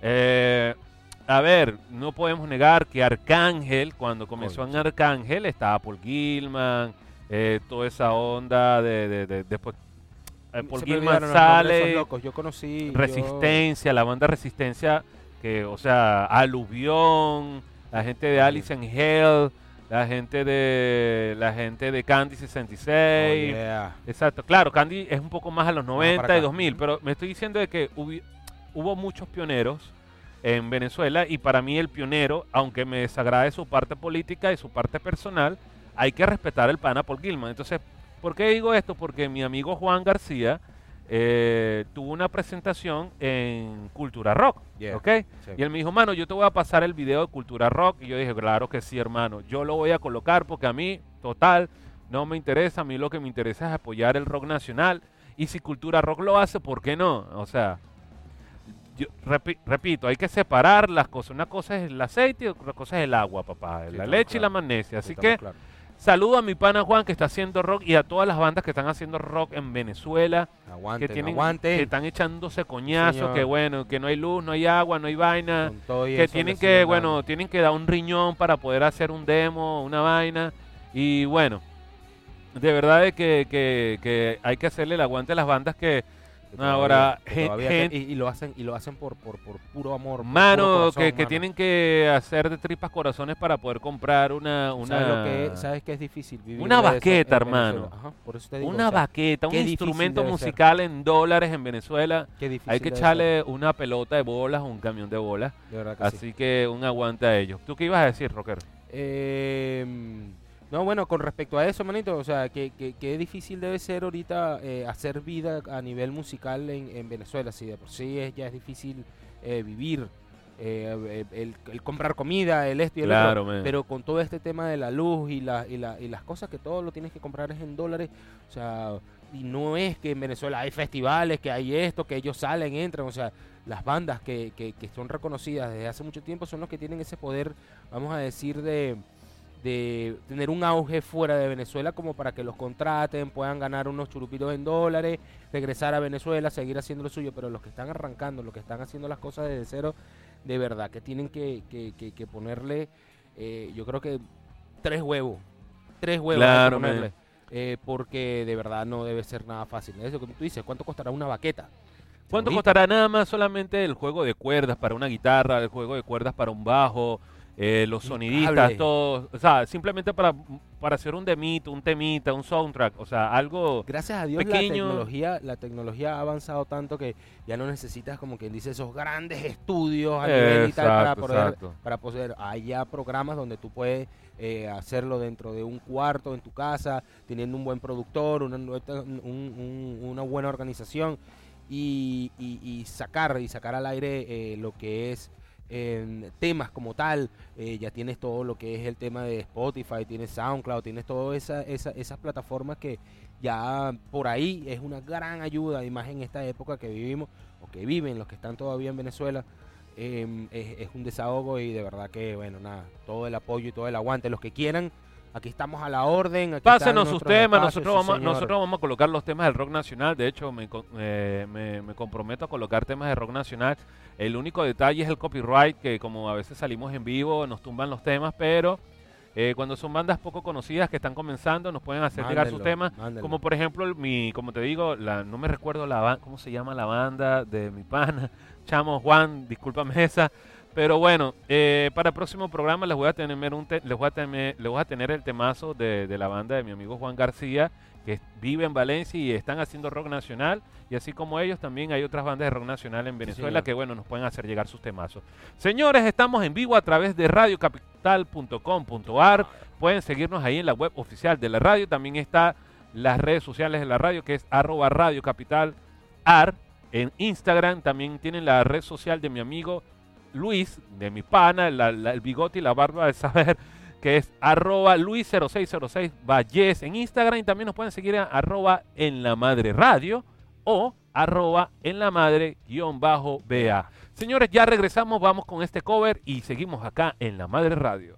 A ver, no podemos negar que Arcángel, cuando comenzó en Arcángel, estaba Paul Gilman, toda esa onda de después. Paul Se me Gilman olvidaron los nombres de esos sale, locos. Yo conocí Resistencia, la banda Resistencia, que, o sea, Aluvión, la gente de Alice in Hell, la gente de Candy 66. Exacto, claro, Candy es un poco más a los 90 para y acá. 2000, pero me estoy diciendo de que hubo muchos pioneros en Venezuela, y para mí el pionero, aunque me desagrade su parte política y su parte personal, hay que respetar el pana Paul Gilman. Entonces, ¿por qué digo esto? Porque mi amigo Juan García tuvo una presentación en Cultura Rock, Yeah, ¿ok? sí. Y él me dijo, mano, yo te voy a pasar el video de Cultura Rock. Y yo dije, claro que sí, hermano, yo lo voy a colocar porque a mí, total, no me interesa. A mí lo que me interesa es apoyar el rock nacional. Y si Cultura Rock lo hace, ¿por qué no? O sea, yo repito, hay que separar las cosas. Una cosa es el aceite y otra cosa es el agua, papá. Sí, La estamos leche y la claros. magnesia. Así Estamos que claros. saludo a mi pana Juan, que está haciendo rock, y a todas las bandas que están haciendo rock en Venezuela, que están echándose coñazos, Señor. que bueno, que no hay luz, no hay agua, no hay vaina, Con todo y que eso tienen le que, siguen bueno, dando. tienen que dar un riñón para poder hacer un demo, una vaina. Y bueno, de verdad de que hay que hacerle el aguante a las bandas que ahora Y lo hacen por puro amor, por puro mano, corazón, que mano. tienen que hacer de tripas corazones para poder comprar ¿Sabes qué es difícil vivir una de eso baqueta, en hermano. Venezuela? Ajá, por eso te digo, una o sea, baqueta, un qué difícil instrumento debe ser. musical en dólares en Venezuela. qué difícil Hay que debe echarle una pelota de bolas o un camión de bolas. ser, de verdad que Así que un aguante a ellos. ¿Tú qué ibas a decir, rockero? No, bueno, con respecto a eso, manito, o sea, que difícil debe ser ahorita hacer vida a nivel musical en Venezuela. Si de por sí ya es difícil vivir, el comprar comida, el esto y el Claro, otro, man. pero con todo este tema de la luz y las cosas que todo lo tienes que comprar es en dólares, o sea, y no es que en Venezuela hay festivales, que hay esto, que ellos salen, entran, o sea, las bandas que son reconocidas desde hace mucho tiempo son los que tienen ese poder, vamos a decir, de de tener un auge fuera de Venezuela como para que los contraten, puedan ganar unos churupitos en dólares, regresar a Venezuela, seguir haciendo lo suyo, pero los que están arrancando, los que están haciendo las cosas desde cero, de verdad que tienen que ponerle, yo creo que tres huevos hay que Claro, ponerle, porque de verdad no debe ser nada fácil. Eso que tú dices, ¿cuánto costará una baqueta? ¿Cuánto Ahorita, costará nada más solamente el juego de cuerdas para una guitarra, el juego de cuerdas para un bajo, los un sonidistas, cable. todo? O sea, simplemente para hacer un demito, un temita, un soundtrack, o sea, algo Gracias a Dios pequeño. la tecnología ha avanzado tanto que ya no necesitas, como quien dice, esos grandes estudios a nivel y tal Exacto, exacto. para poder, hay ya programas donde tú puedes hacerlo dentro de un cuarto en tu casa, teniendo un buen productor, una buena organización y sacar al aire lo que es temas como tal. Ya tienes todo lo que es el tema de Spotify, tienes SoundCloud, tienes todas esas plataformas que ya por ahí es una gran ayuda, y más en esta época que vivimos o que viven los que están todavía en Venezuela. Es un desahogo y de verdad que, bueno, nada, todo el apoyo y todo el aguante. Los que quieran, aquí estamos a la orden, aquí están Pásenos sus nuestros temas, espacios, sí señor. nosotros vamos a colocar los temas del rock nacional. De hecho, me comprometo a colocar temas de rock nacional. El único detalle es el copyright, que como a veces salimos en vivo, nos tumban los temas, pero cuando son bandas poco conocidas que están comenzando, nos pueden hacer llegar sus Mándenlo, temas. mándenlo. Como por ejemplo, como te digo, no me recuerdo ¿cómo se llama la banda de mi pana? Chamo Juan, discúlpame esa. Pero bueno, para el próximo programa les voy a tener les voy a tener el temazo de la banda de mi amigo Juan García, que vive en Valencia y están haciendo rock nacional. Y así como ellos, también hay otras bandas de rock nacional en Sí Venezuela señor. que, bueno, nos pueden hacer llegar sus temazos. Señores, estamos en vivo a través de radiocapital.com.ar. Pueden seguirnos ahí en la web oficial de la radio. También está las redes sociales de la radio, que es @radiocapitalar. En Instagram también tienen la red social de mi amigo Luis, de mi pana, el bigote y la barba de saber, que es @Luis0606 Valles en Instagram. Y también nos pueden seguir a @en la madre radio o @en la madre_ba. Señores, ya regresamos, vamos con este cover y seguimos acá en la madre radio.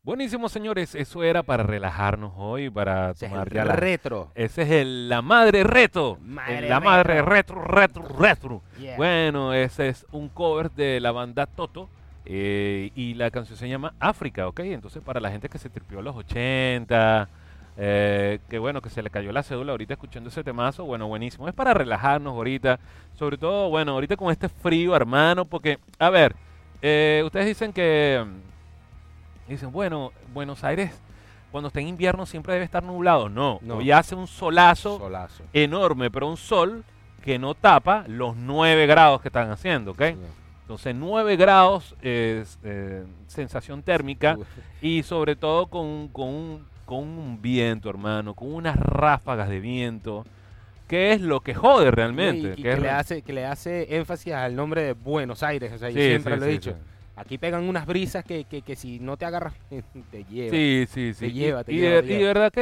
Buenísimo, señores. Eso era para relajarnos hoy, para Ese es tomar el ya retro. Ese es la madre reto. La madre retro. Yeah. Bueno, ese es un cover de la banda Toto. Y la canción se llama África, ¿ok? Entonces, para la gente que se tripió los 80, que bueno, que se le cayó la cédula ahorita escuchando ese temazo, bueno, buenísimo. Es para relajarnos ahorita. Sobre todo, bueno, ahorita con este frío, hermano, porque, a ver, ustedes dicen que... Dicen, bueno, Buenos Aires, cuando está en invierno siempre debe estar nublado. No, hoy hace un solazo enorme, pero un sol que no tapa los 9 grados que están haciendo, ¿ok? Sí. Entonces, 9 grados es sensación térmica y sobre todo con un viento, hermano, con unas ráfagas de viento, que es lo que jode realmente. Y que le hace énfasis al nombre de Buenos Aires, o sea, yo siempre lo he dicho. Sí. Aquí pegan unas brisas que si no te agarras, te lleva. Sí. Te lleva. Y de verdad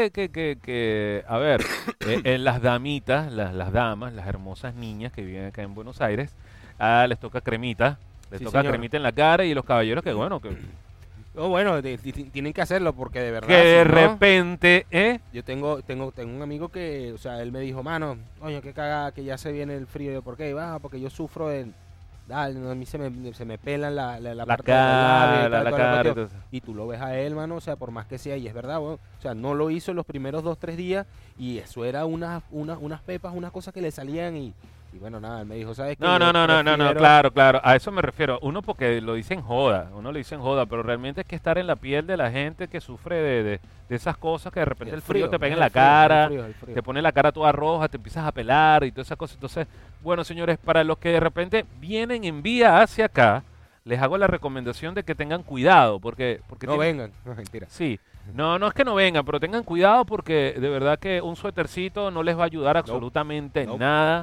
que a ver, en las damitas, las damas, las hermosas niñas que viven acá en Buenos Aires, les toca cremita. Les toca señor. Cremita en la cara, y los caballeros que bueno, que... bueno, tienen que hacerlo porque de verdad... Que de repente, Yo tengo un amigo que, o sea, él me dijo, mano, coño, qué caga que ya se viene el frío. Yo, ¿por qué? Porque yo sufro de... a mí se me pelan la parte cara, de la cara. Y tú lo ves a él, mano, o sea, por más que sea, y es verdad, bueno, o sea, no lo hizo en los primeros 2-3 días, y eso era unas pepas, unas cosas que le salían, y bueno, nada, él me dijo, ¿sabes qué? No, claro, a eso me refiero. Uno porque lo dice en joda, pero realmente es que estar en la piel de la gente que sufre de esas cosas, que de repente el frío te pega en la cara, te pone la cara toda roja, te empiezas a pelar y todas esas cosas. Entonces, bueno, señores, para los que de repente vienen en vía hacia acá, les hago la recomendación de que tengan cuidado, porque no vengan, no, mentira. Sí, no es que no vengan, pero tengan cuidado porque de verdad que un suétercito no les va a ayudar absolutamente nada.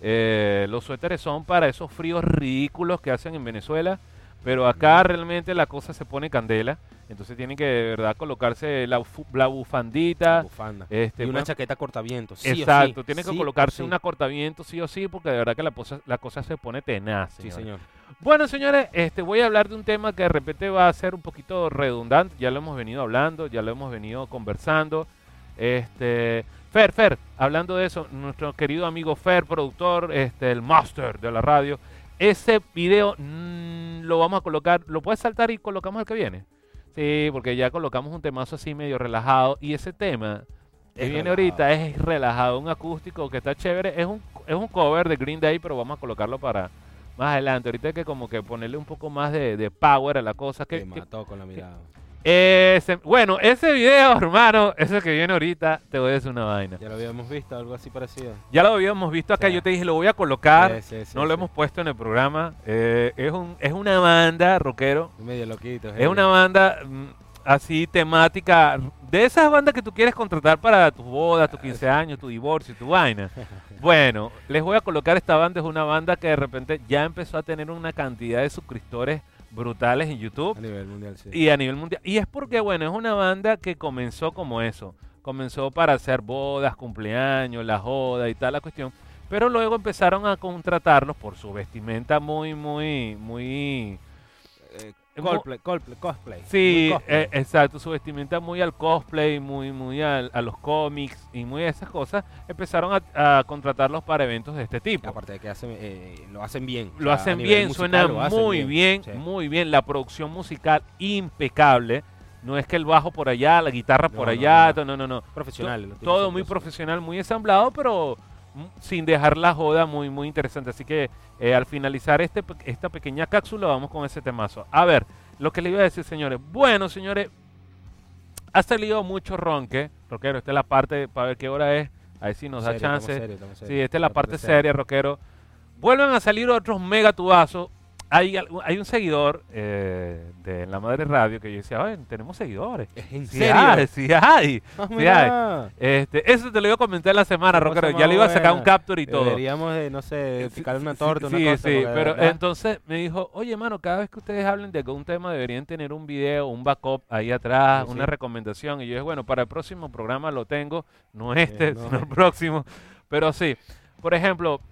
Los suéteres son para esos fríos ridículos que hacen en Venezuela, pero acá realmente la cosa se pone candela. Entonces tienen que de verdad colocarse la bufandita, y una chaqueta cortavientos. Exacto, tienen que colocarse una cortavientos sí o sí, porque de verdad que la cosa se pone tenaz, señores. Sí, señor. Bueno, señores, voy a hablar de un tema que de repente va a ser un poquito redundante. Ya lo hemos venido hablando, ya lo hemos venido conversando. Fer, hablando de eso, nuestro querido amigo Fer, productor, el master de la radio, ese video lo vamos a colocar, ¿lo puedes saltar y colocamos el que viene? Sí, porque ya colocamos un temazo así medio relajado, y ese tema que viene ahorita es relajado, un acústico que está chévere, es un cover de Green Day, pero vamos a colocarlo para más adelante. Ahorita hay que como que ponerle un poco más de power a la cosa. Te mató con la mirada. Bueno, ese video, hermano, ese que viene ahorita, te voy a decir una vaina. Ya lo habíamos visto, algo así parecido. Ya lo habíamos visto acá, yo te dije, lo voy a colocar, no lo hemos puesto en el programa. Es una banda, rockero. Medio loquito. Es una banda así temática, de esas bandas que tú quieres contratar para tus bodas, tus 15 años, tu divorcio, tu vaina. Bueno, les voy a colocar esta banda, es una banda que de repente ya empezó a tener una cantidad de suscriptores brutales en YouTube. A nivel mundial, sí. Y a nivel mundial. Y es porque, bueno, es una banda que comenzó como eso. Comenzó para hacer bodas, cumpleaños, la joda y tal la cuestión. Pero luego empezaron a contratarlos por su vestimenta muy cosplay. Sí, exacto, su vestimenta muy al cosplay, muy a los cómics y muy a esas cosas. Empezaron a contratarlos para eventos de este tipo. Aparte de que lo hacen bien. Lo hacen bien, suena muy bien, sí. Muy bien. La producción musical impecable. No es que el bajo por allá, la guitarra por allá, no. Profesional. Todo muy profesional, muy ensamblado, pero sin dejar la joda, muy interesante. Así que al finalizar esta pequeña cápsula vamos con ese temazo. A ver, lo que le iba a decir, señores. Bueno, señores, ha salido mucho rockero. Esta es la parte, para ver qué hora es, a ver si nos da chance. Estamos sí, esta es la parte seria, rockero. Vuelven a salir otros mega tubazos. Hay un seguidor de La Madre Radio que yo decía, oye, tenemos seguidores. ¿En serio? Sí hay. Eso te lo iba a comentar la semana, rockero. Ya le iba a sacar un capture y todo. Deberíamos de, no sé, picar una torta, una cosa. Sí, pero entonces me dijo, oye, mano, cada vez que ustedes hablen de algún tema deberían tener un video, un backup ahí atrás, una recomendación. Y yo dije, bueno, para el próximo programa lo tengo, no sino el próximo. Pero sí. Por ejemplo,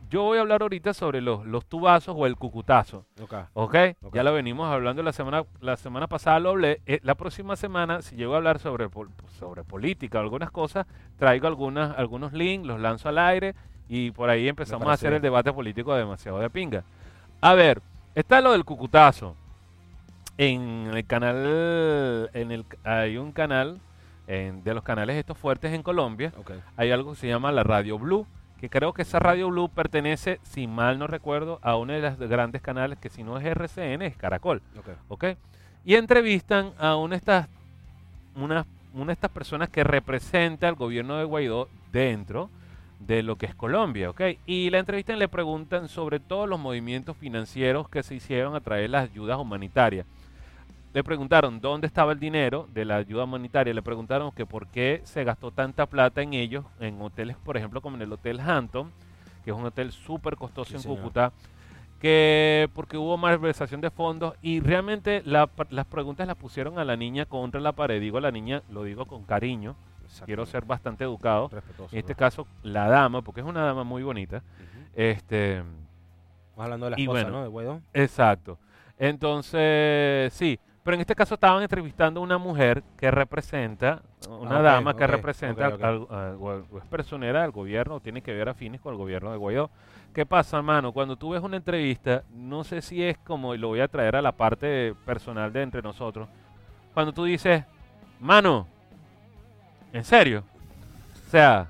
yo voy a hablar ahorita sobre los tubazos o el cucutazo. ¿Ok? Ya lo venimos hablando la semana pasada, lo hablé. La próxima semana, si llego a hablar sobre política o algunas cosas, traigo algunos links, los lanzo al aire y por ahí empezamos a hacer el debate político demasiado de pinga. A ver, está lo del cucutazo. En el canal, hay un canal, de los canales estos fuertes en Colombia, hay algo que se llama la Radio Blue, que creo que esa Radio Blue pertenece, si mal no recuerdo, a uno de los grandes canales que si no es RCN, es Caracol. Y entrevistan a una de estas personas que representa al gobierno de Guaidó dentro de lo que es Colombia, y la entrevistan y le preguntan sobre todos los movimientos financieros que se hicieron a través de las ayudas humanitarias. Le preguntaron dónde estaba el dinero de la ayuda humanitaria, le preguntaron que por qué se gastó tanta plata en ellos, en hoteles, por ejemplo, como en el Hotel Hampton, que es un hotel súper costoso en Cúcuta, que porque hubo malversación de fondos, y realmente las preguntas las pusieron a la niña contra la pared. Digo a la niña, lo digo con cariño, quiero ser bastante educado, en este caso la dama, porque es una dama muy bonita. Estamos hablando de la esposa, ¿no? De Guaidó. Exacto. Entonces, sí. Pero en este caso estaban entrevistando a una mujer que representa, una dama que representa, o es personera del gobierno, o tiene que ver afines con el gobierno de Guaidó. ¿Qué pasa, hermano? Cuando tú ves una entrevista, no sé si es como, y lo voy a traer a la parte personal de entre nosotros, cuando tú dices, mano, ¿en serio? O sea,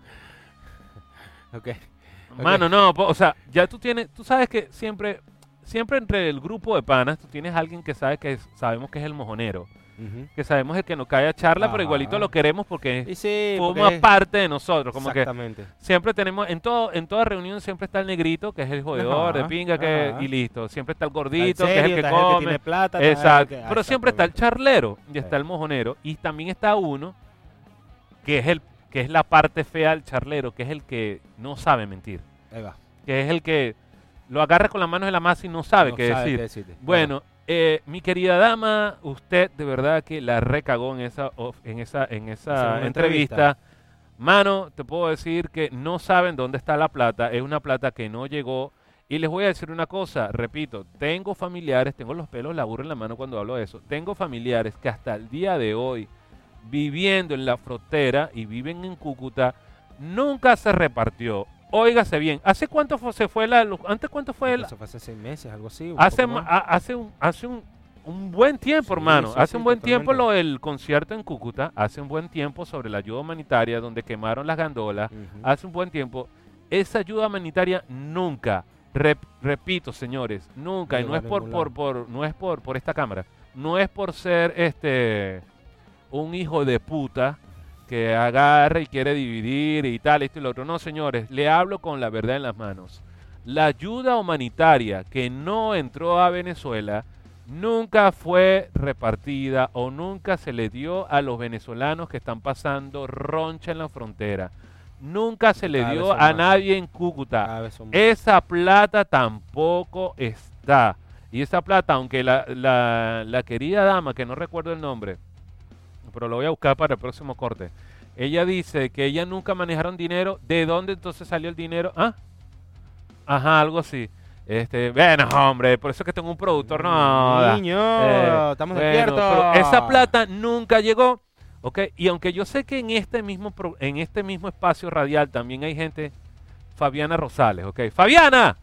mano, no, o sea, ya tú sabes que siempre entre el grupo de panas, tú tienes a alguien que sabemos que es el mojonero, que sabemos el que nos cae a charla, pero igualito lo queremos porque forma parte de nosotros. Como que siempre tenemos, en toda reunión siempre está el negrito, que es el jodedor de pinga, y listo. Siempre está el gordito, que es el que come. El que tiene plata, exacto. Pero siempre está el charlero y está el mojonero. Y también está uno que es la parte fea del charlero, que es el que no sabe mentir. Que es el que lo agarra con las manos en la masa y no sabe qué decir. Bueno, mi querida dama, usted de verdad que la recagó en esa entrevista. Mano, te puedo decir que no saben dónde está la plata. Es una plata que no llegó. Y les voy a decir una cosa, repito, tengo familiares, tengo los pelos, la burra en la mano cuando hablo de eso. Tengo familiares que hasta el día de hoy, viviendo en la frontera y viven en Cúcuta, nunca se repartió. Óigase bien, ¿hace cuánto se fue la luz? ¿Antes cuánto fue Eso fue hace 6 meses, algo así. Hace un buen tiempo, hermano. Hace un buen tiempo lo del concierto en Cúcuta. Hace un buen tiempo sobre la ayuda humanitaria donde quemaron las gandolas. Hace un buen tiempo. Esa ayuda humanitaria nunca, repito, señores, nunca, y no es por esta cámara, no es por ser un hijo de puta que agarra y quiere dividir y tal, esto y lo otro. No, señores, le hablo con la verdad en las manos. La ayuda humanitaria que no entró a Venezuela nunca fue repartida o nunca se le dio a los venezolanos que están pasando roncha en la frontera. Nunca se le dio a nadie en Cúcuta. Esa plata tampoco está. Y esa plata, aunque la querida dama, que no recuerdo el nombre, pero lo voy a buscar para el próximo corte. Ella dice que ella nunca manejaron dinero. ¿De dónde entonces salió el dinero? Ajá, algo así. Bueno, hombre, por eso es que tengo un productor. No, niño, estamos despiertos. Esa plata nunca llegó. Y aunque yo sé que en este mismo espacio radial también hay gente, Fabiana Rosales, Fabiana,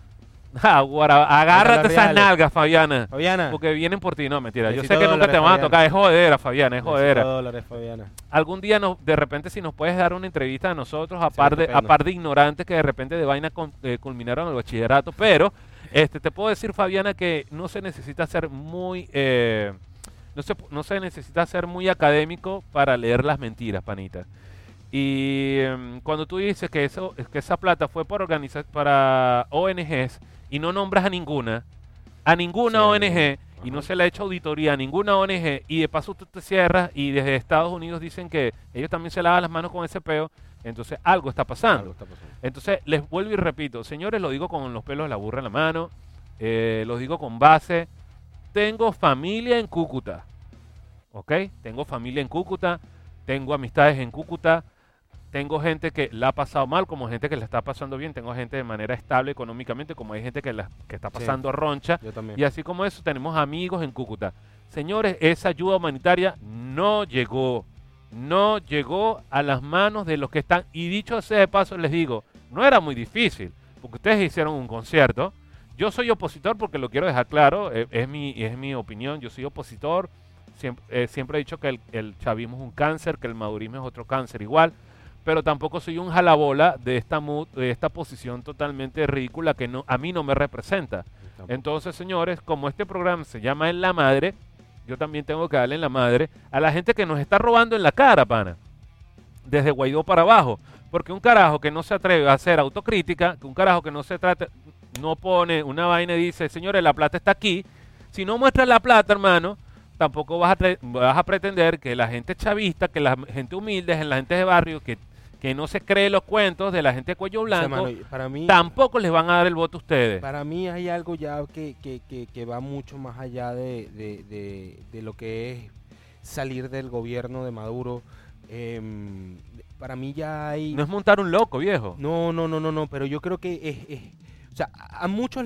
agárrate esas nalgas, Fabiana, porque vienen por ti. No, mentira, yo sé que nunca te van a tocar. Es jodera, Fabiana, es jodera. $10, Fabiana. Algún día, de repente, si nos puedes dar una entrevista a nosotros, a par de ignorantes que de repente de vaina culminaron el bachillerato, pero te puedo decir, Fabiana, que no se necesita ser muy no se necesita ser muy académico para leer las mentiras, panita. Y cuando tú dices que esa plata fue para ONGs y no nombras a ninguna ONG, y no se le ha hecho auditoría a ninguna ONG, y de paso tú te cierras y desde Estados Unidos dicen que ellos también se lavan las manos con ese peo, entonces algo está pasando. Entonces les vuelvo y repito, señores, lo digo con los pelos de la burra en la mano, los digo con base. Tengo familia en Cúcuta, tengo familia en Cúcuta, tengo amistades en Cúcuta. tengo gente que la ha pasado mal, como gente que la está pasando bien, tengo gente de manera estable económicamente, como hay gente que está Sí, pasando roncha, yo también. y así como eso tenemos amigos en Cúcuta. Señores, esa ayuda humanitaria no llegó a las manos de los que están, y dicho sea de paso les digo, no era muy difícil, porque ustedes hicieron un concierto. Yo soy opositor porque lo quiero dejar claro, es mi opinión, yo soy opositor, siempre he dicho que el chavismo es un cáncer, que el madurismo es otro cáncer igual, pero tampoco soy un jalabola de esta posición totalmente ridícula que no, a mí no me representa. Tampoco. Entonces, señores, como este programa se llama En la Madre, yo también tengo que darle en la madre a la gente que nos está robando en la cara, pana, desde Guaidó para abajo. Porque un carajo que no se atreve a hacer autocrítica, que un carajo que no se trata, no pone una vaina y dice, señores, la plata está aquí. Si no muestras la plata, hermano, tampoco vas a pretender que la gente chavista, que la gente humilde, la gente de barrio, que no se cree los cuentos de la gente de cuello O sea, blanco, mano, para mí, tampoco les van a dar el voto a ustedes. para mí hay algo ya que va mucho más allá de lo que es salir del gobierno de Maduro. Para mí ya hay... No es montar un loco, viejo. No, pero yo creo que o sea, a muchos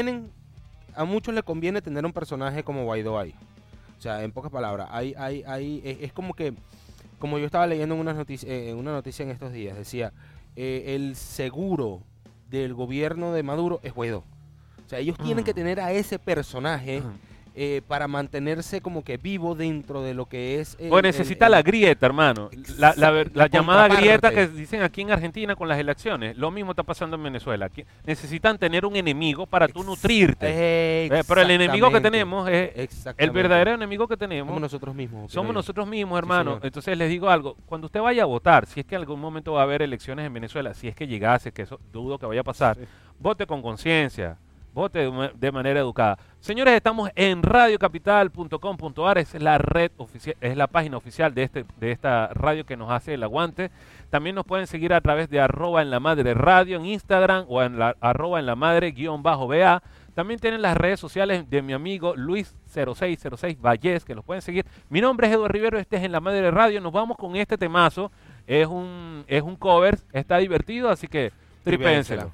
a muchos le conviene tener un personaje como Guaidó ahí. O sea, en pocas palabras, es como que, como yo estaba leyendo en una noticia en estos días, decía, el seguro del gobierno de Maduro es Guaidó. O sea, ellos tienen que tener a ese personaje para mantenerse como que vivo dentro de lo que es... Pues necesita la grieta, hermano. La llamada contraparte. grieta que dicen aquí en Argentina con las elecciones. Lo mismo está pasando en Venezuela. Aquí necesitan tener un enemigo para tú nutrirte. Pero el enemigo que tenemos es... El verdadero enemigo que tenemos somos nosotros mismos. opino somos yo. nosotros mismos, hermano. señor. Entonces les digo algo. Cuando usted vaya a votar, si es que en algún momento va a haber elecciones en Venezuela, si es que llegase, que eso dudo que vaya a pasar, Sí. vote con conciencia. Vote de manera educada. Señores, estamos en radiocapital.com.ar, es la red oficial, es la página oficial de esta radio que nos hace el aguante. También nos pueden seguir a través de @ en la madre radio en Instagram o en la @ en la madre _BA. También tienen las redes sociales de mi amigo Luis0606 Vallés, que los pueden seguir. Mi nombre es Eduardo Rivero, este es En la Madre Radio. Nos vamos con este temazo. Es un cover, está divertido, así que tripénselo.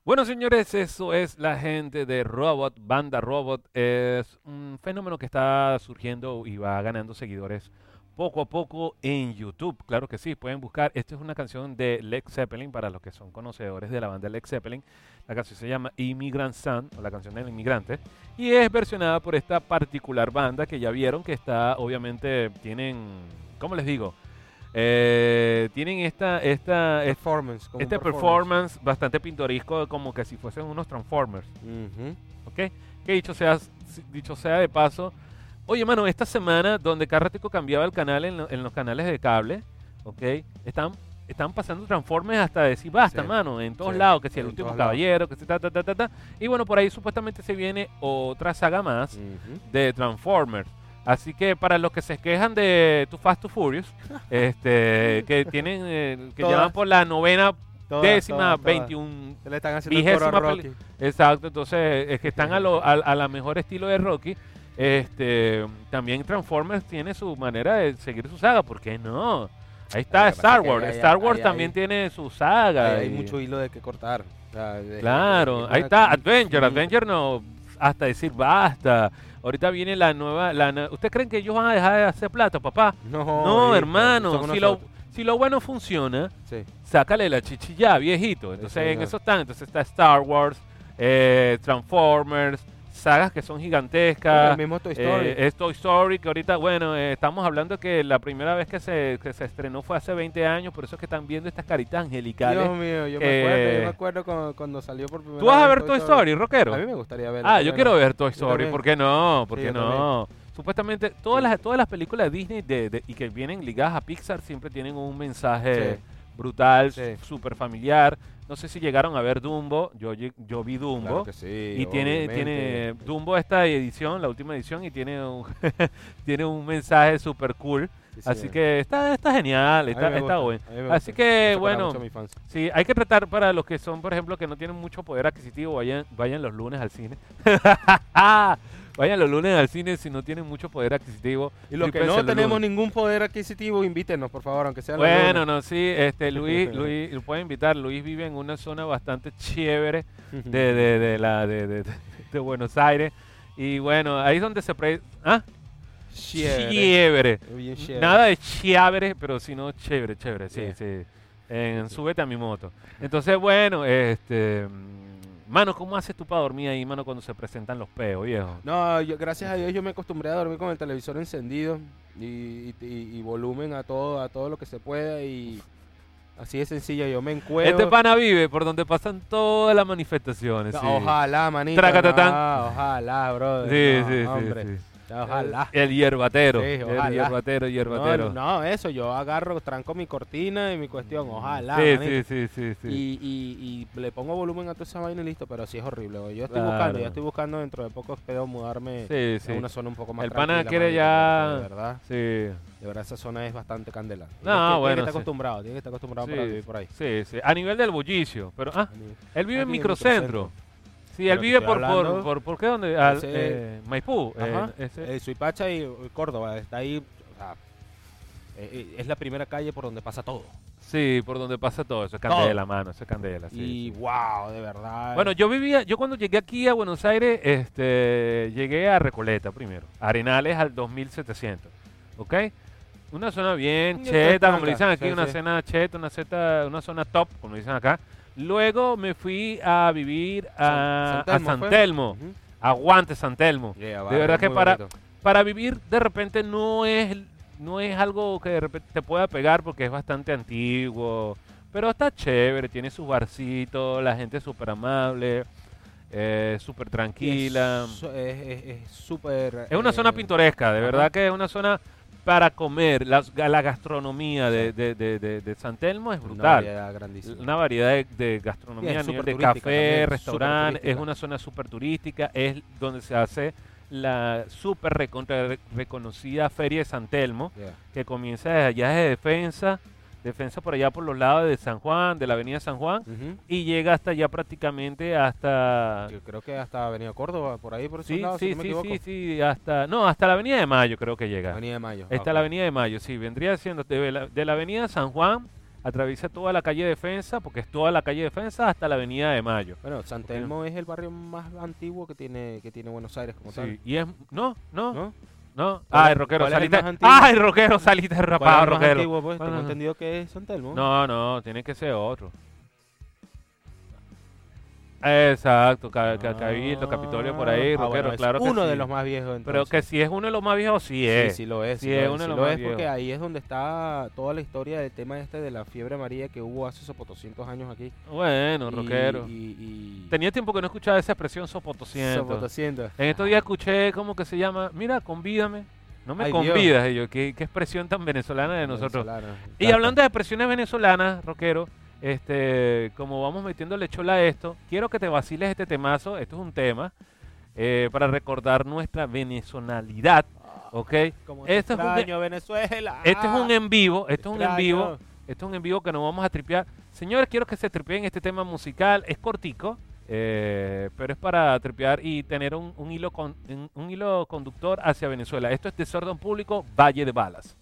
Bueno, señores, eso es la gente de Robot. Banda Robot es un fenómeno que está surgiendo y va ganando seguidores poco a poco en YouTube. Claro que sí, pueden buscar. Esta es una canción de Led Zeppelin para los que son conocedores de la banda Led Zeppelin. La canción se llama Immigrant Son, o la canción del inmigrante, y es versionada por esta particular banda que ya vieron que está, obviamente, tienen, ¿cómo les digo? Tienen este performance bastante pintoresco, como que si fuesen unos Transformers. ¿Ok? Que dicho sea de paso, oye, mano, esta semana donde cada ratico cambiaba el canal en los canales de cable, ¿ok? Están pasando Transformers hasta decir basta, Sí. mano, en todos Sí, lados, que si en el último todos caballero, que si ta. Y bueno, por ahí supuestamente se viene otra saga más de Transformers. Así que para los que se quejan de Too Fast, Too Furious, que tienen, que Todas. ya van por la novena, décima, Todas. 21, Se le están haciendo el coro a vigésima Rocky. exacto, entonces es que están a la mejor estilo de Rocky. También Transformers tiene su manera de seguir su saga, ¿por qué no? Ahí está Lo que pasa Star es que Wars. ahí- Star Wars ahí- también ahí- tiene su saga. Hay y- mucho hilo de que cortar. O sea, Claro, ahí está Adventure. Adventure no, hasta decir basta. Ahorita viene la nueva. ¿Ustedes creen que ellos van a dejar de hacer plata, papá? No, hijo, hermano. somos Si lo, nosotros. si lo bueno funciona, Sí. sácale la chichilla, viejito. Entonces en señor. eso están. Entonces está Star Wars, Transformers, sagas que son gigantescas. El mismo Toy Story. Es Toy Story, que ahorita, bueno, estamos hablando que la primera vez que se estrenó fue hace 20 años, por eso es que están viendo estas caritas angelicales. Dios mío, yo me acuerdo cuando salió por primera ¿Tú vas a vez ver Toy Story, rockero? A mí me gustaría verlo. Ah, yo quiero ver Toy Yo Story, también. ¿por qué no? ¿Por Sí, qué yo no? Supuestamente todas las películas de Disney y que vienen ligadas a Pixar siempre tienen un mensaje Sí. brutal, Sí. súper familiar. No sé si llegaron a ver Dumbo, yo vi Dumbo. Claro que sí, Y tiene obviamente. Dumbo esta edición, la última edición, y tiene un, tiene un mensaje súper cool. Sí, Así señor. que está genial, A mí está me gusta, bueno. a mí me Así gusta. que, Eso para bueno, mucho a mis fans. sí, hay que tratar para los que son, por ejemplo, que no tienen mucho poder adquisitivo, vayan los lunes al cine. Vayan los lunes al cine si no tienen mucho poder adquisitivo. Y los que Flipense no los tenemos lunes. ningún poder adquisitivo, invítenos, por favor, aunque sea los Bueno, lunes. no, sí, Luis, lo puede invitar. Luis vive en una zona bastante chévere de Buenos Aires. Y bueno, ahí es donde ¿ah? Chévere. Bien chévere. Nada de chévere, pero sino chévere, sí, Yeah. sí. Súbete a mi moto. Entonces, bueno, mano, ¿cómo haces tú para dormir ahí, mano, cuando se presentan los peos, viejo? No, gracias a Dios yo me acostumbré a dormir con el televisor encendido y volumen a todo lo que se pueda y así de sencillo, yo me encuentro. Este pana vive por donde pasan todas las manifestaciones. Sí. Ojalá, manito. Tracatatán. No, ojalá, brother. Sí, no, sí, hombre. sí. Ojalá. El hierbatero. Sí, el ojalá. hierbatero. No, eso, yo agarro, tranco mi cortina y mi cuestión, ojalá, Sí, manito. sí. Y le pongo volumen a toda esa vaina y listo, pero sí es horrible. Güey. Yo Claro. estoy buscando dentro de poco espero mudarme Sí, sí. a una zona un poco más El pana tranquila, quiere manito, ya- porque de verdad esa zona es bastante candela. No, bueno, Tiene que sí. estar acostumbrado para vivir por ahí. Sí. A nivel del bullicio. Pero, él vive en Aquí microcentro. Sí, él Pero te vive estoy hablando- ¿por qué? ¿Dónde? Maipú. Ajá. Ese. Suipacha y Córdoba, está ahí. O sea, es la primera calle por donde pasa todo. Sí, por donde pasa todo. Eso es candela, mano. Eso es candela. Sí, Y sí. wow, de verdad. Bueno, yo cuando llegué aquí a Buenos Aires, llegué a Recoleta primero. Arenales al 2700. ¿Ok? Una zona bien Ya cheta, está como le dicen aquí, sí, una sí. zona cheta, una zona top, como le dicen acá. Luego me fui a vivir a San ¿fue? Telmo. Ujú. Aguante San Telmo. Yeah, De barrio verdad que muy para, bonito. para vivir de repente no es algo que de repente te pueda pegar porque es bastante antiguo. Pero está chévere, tiene sus barcitos, la gente es súper amable, súper tranquila. Es súper. Es una zona pintoresca, de ajá. verdad que es una zona para comer. La gastronomía de San Telmo es Una brutal. variedad grandísima. Una variedad de gastronomía Sí, es a nivel súper de turística café, también, restaurante. súper Es turística. una zona súper turística. Es donde se hace la súper reconocida Feria de San Telmo, Yeah. que comienza desde allá de Defensa por allá por los lados de San Juan, de la avenida San Juan, Ujú. y llega hasta allá prácticamente hasta... Yo creo que hasta Avenida Córdoba, por ahí, por esos Sí, lados, si sí, no me sí, equivoco. sí, hasta la avenida de Mayo creo que llega. Avenida de Mayo. Está ok. la avenida de Mayo, sí, vendría siendo de la avenida San Juan atraviesa toda la calle Defensa, porque es toda la calle Defensa hasta la Avenida de Mayo. Bueno, San Telmo es el barrio más antiguo que tiene Buenos Aires como tal. Sí, y es... No. ¿Ay, rockero, ¿cuál es el saliste... más antiguo? ¡Ay, rockero, saliste ¿Cuál es rapado, el más rockero! antiguo, pues? Bueno, Tengo entendido que es San Telmo. No, tiene que ser otro. Exacto, Cabildo, Capitolio por ahí, rockero, bueno, es claro que uno de sí. los más viejos, entonces. Pero que si es uno de los más viejos, sí es. Sí lo es. Sí es uno de los más porque viejos. ahí es donde está toda la historia del tema de la fiebre amarilla que hubo hace 200 años aquí. Bueno, rockero. Tenía tiempo que no escuchaba esa expresión sopotoscientos. Sopotoscientos. En estos días escuché cómo que se llama, mira, convídame. No me Ay, convidas, y yo, qué expresión tan venezolana de nosotros. Y Claro. hablando de expresiones venezolanas, rockero, como vamos metiéndole chola a esto, quiero que te vaciles este temazo. Esto es un tema para recordar nuestra venezonalidad, ¿ok? Como Esto es un extraño Venezuela. Este es un en vivo, esto es un en Extraño. vivo, esto es un en vivo que nos vamos a tripear. Señores, quiero que se tripeen este tema musical, es cortico, pero es para tripear y tener un hilo conductor hacia Venezuela. Esto es Desorden Público, Valle de Balas.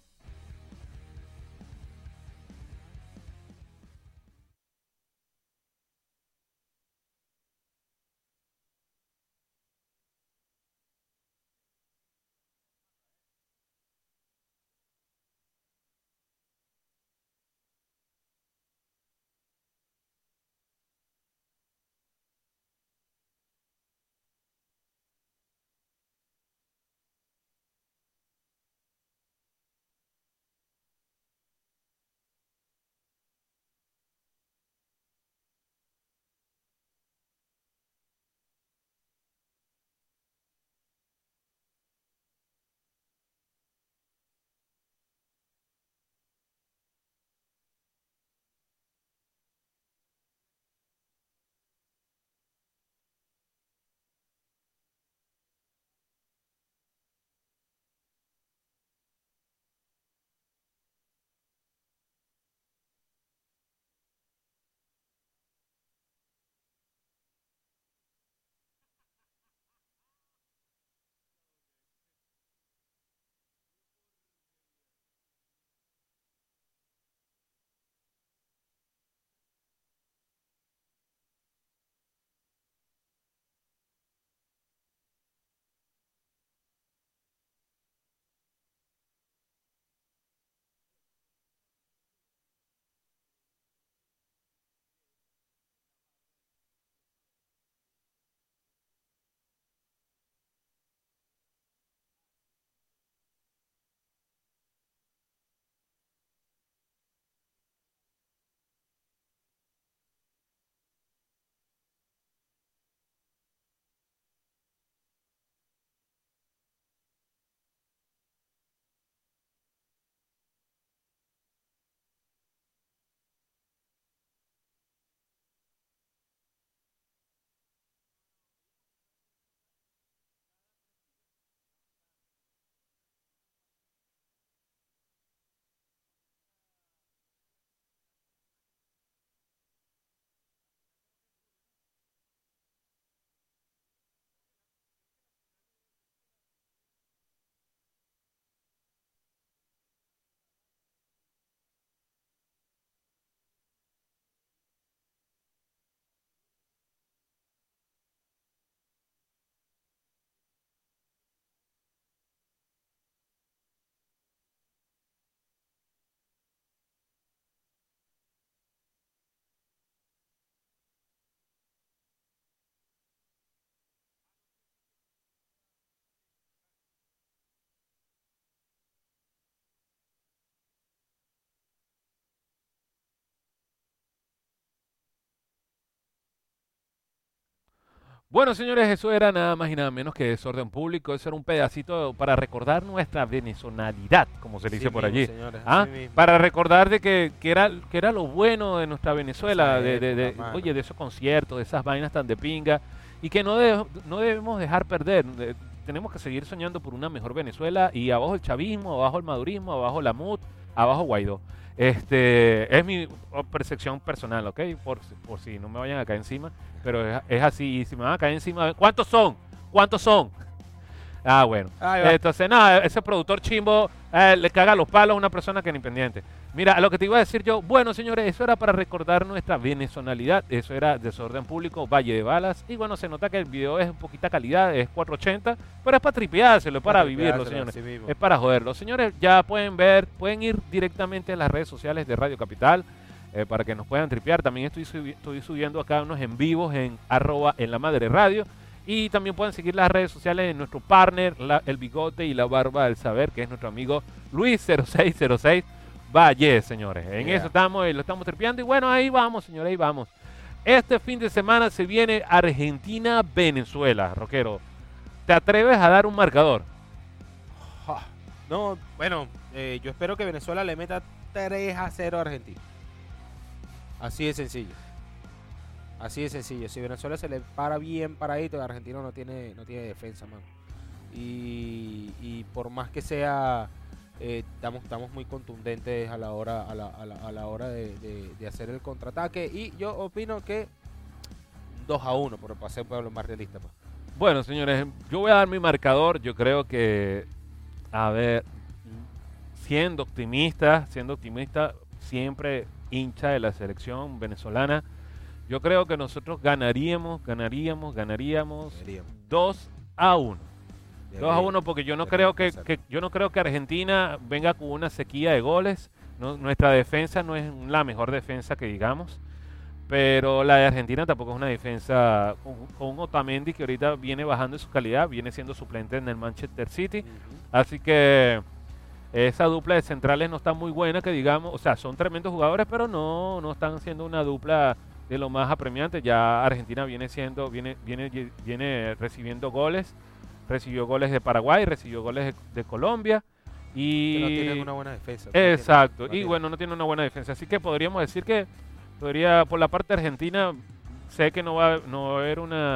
Bueno, señores, eso era nada más y nada menos que Desorden Público. Eso era un pedacito para recordar nuestra venezonalidad, como se le dice por allí. Señores, ¿Ah? así mismo. Para recordar de que era lo bueno de nuestra Venezuela, Esa época, mano. oye, de esos conciertos, de esas vainas tan de pinga, y que no debemos dejar perder. Tenemos que seguir soñando por una mejor Venezuela, y abajo el chavismo, abajo el madurismo, abajo la MUD, abajo Guaidó. Es mi percepción personal, ¿ok? Por si no me vayan a caer encima, pero es así. Y si me van a caer encima, ¿cuántos son? ¿Cuántos son? Ah, bueno. Ahí va. Entonces, nada, ese productor chimbo le caga los palos a una persona que ni pendiente. Mira, lo que te iba a decir yo, bueno señores, eso era para recordar nuestra venezonalidad, eso era Desorden Público, Valle de Balas, y bueno, se nota que el video es un poquita calidad, es 480, pero es para tripeárselo, es para vivirlo, señores, es para joderlo. Señores, ya pueden ver, pueden ir directamente a las redes sociales de Radio Capital, para que nos puedan tripear. También estoy subiendo acá unos en vivos en @enlamadreradio, y también pueden seguir las redes sociales de nuestro partner, el bigote y la barba del saber, que es nuestro amigo Luis0606 Valle, señores. En eso estamos, lo estamos tripeando. Y bueno, ahí vamos, señores, ahí vamos. Este fin de semana se viene Argentina-Venezuela, Roquero. ¿Te atreves a dar un marcador? No, bueno, yo espero que Venezuela le meta 3-0 a Argentina. Así de sencillo. Así de sencillo. Si Venezuela se le para bien paradito, Argentina no tiene defensa, mano. Y por más que sea... estamos muy contundentes a la hora de hacer el contraataque, y yo opino que 2-1, por pasar un pueblo más realista. Pues. Bueno, señores, yo voy a dar mi marcador. Yo creo que, a ver, siendo optimista, siempre hincha de la selección venezolana, yo creo que nosotros ganaríamos 2-1. 2-1, porque yo no creo que Argentina venga con una sequía de goles. No, nuestra defensa no es la mejor defensa que digamos, pero la de Argentina tampoco es una defensa con un Otamendi que ahorita viene bajando en su calidad, viene siendo suplente en el Manchester City, así que esa dupla de centrales no está muy buena, que digamos, o sea, son tremendos jugadores, pero no están siendo una dupla de lo más apremiante. Ya Argentina viene recibiendo goles. Recibió goles de Paraguay, recibió goles de Colombia. Y que no tienen una buena defensa. Exacto, bueno, no tiene una buena defensa. Así que podríamos decir que por la parte argentina, sé que no va a haber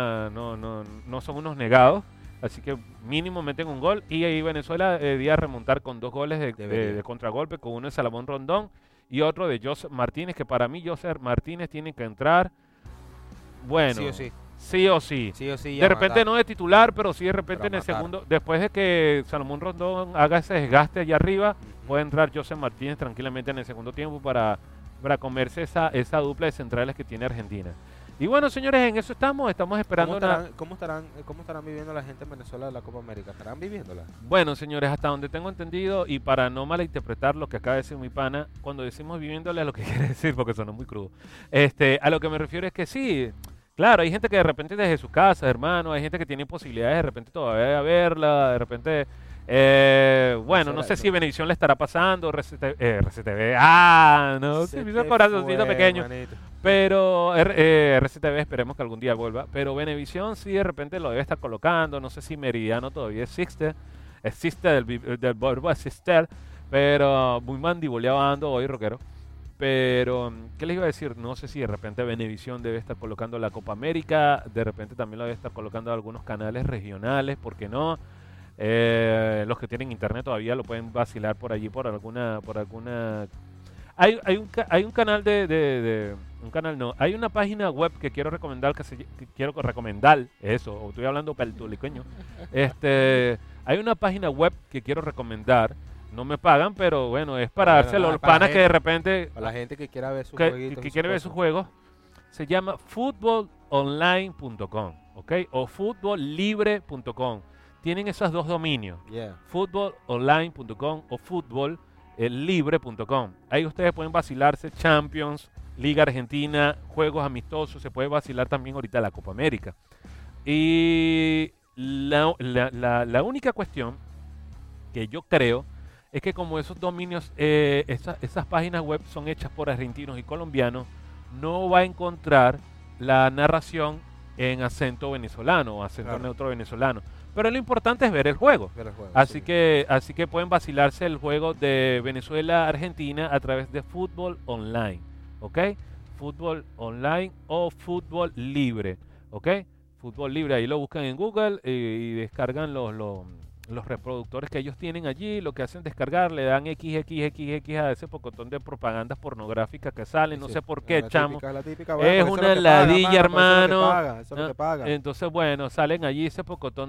no son unos negados. Así que mínimo meten un gol. Y ahí Venezuela debería remontar con 2 goles de contragolpe, con uno de Salomón Rondón y otro de Joseph Martínez, que para mí Joseph Martínez tiene que entrar. Bueno. Sí o sí. Sí o sí. De repente no de titular, pero sí de repente en el segundo, después de que Salomón Rondón haga ese desgaste allá arriba, puede entrar Joseph Martínez tranquilamente en el segundo tiempo para comerse esa dupla de centrales que tiene Argentina. Y bueno, señores, en eso estamos esperando. ¿Cómo estarán viviendo la gente en Venezuela de la Copa América? ¿Estarán viviéndola? Bueno, señores, hasta donde tengo entendido, y para no malinterpretar lo que acaba de decir mi pana, cuando decimos viviéndola, lo que quiere decir, porque suena muy crudo, a lo que me refiero es que sí. Claro, hay gente que de repente desde su casa, hermano, hay gente que tiene posibilidades de repente todavía de verla, de repente, bueno, no sé si Venevisión le estará pasando, RCTV, no, se me hizo el corazoncito pequeño, manito. Pero RCTV esperemos que algún día vuelva, pero Venevisión sí de repente lo debe estar colocando, no sé si Meridiano todavía existe del verbo existir, pero muy mandibuleado ando hoy, rockero. Pero, ¿qué les iba a decir? No sé si de repente Venevisión debe estar colocando la Copa América, de repente también lo debe estar colocando algunos canales regionales, ¿por qué no? Los que tienen internet todavía lo pueden vacilar por allí, por alguna... Hay un canal hay una página web que quiero recomendar, o estoy hablando peltulicoño. Hay una página web que quiero recomendar. No me pagan, pero bueno, es para dárselo a los panas que de repente... Para la gente que quiera ver sus jueguitos. Que quiere ver sus juegos. Se llama footballonline.com, ¿ok? O futbollibre.com. Tienen esos dos dominios. Footballonline.com o futbollibre.com. Ahí ustedes pueden vacilarse Champions, Liga Argentina, juegos amistosos. Se puede vacilar también ahorita la Copa América. Y la única cuestión que yo creo es que como esos dominios, esas páginas web son hechas por argentinos y colombianos, no va a encontrar la narración en acento venezolano o acento neutro venezolano. Pero lo importante es ver el juego. Así que pueden vacilarse el juego de Venezuela-Argentina a través de Fútbol Online. ¿Ok? Fútbol Online o Fútbol Libre. ¿Ok? Fútbol Libre, ahí lo buscan en Google y descargan los reproductores que ellos tienen allí, lo que hacen es descargar, le dan XXXX a ese pocotón de propagandas pornográficas que salen, no Sí, sé por qué, chamo. es la típica, bueno, Es pero eso una es lo que paga, ladilla, mano, pero eso es lo que hermano. paga, eso es lo ¿No? que paga. Entonces, bueno, salen allí ese pocotón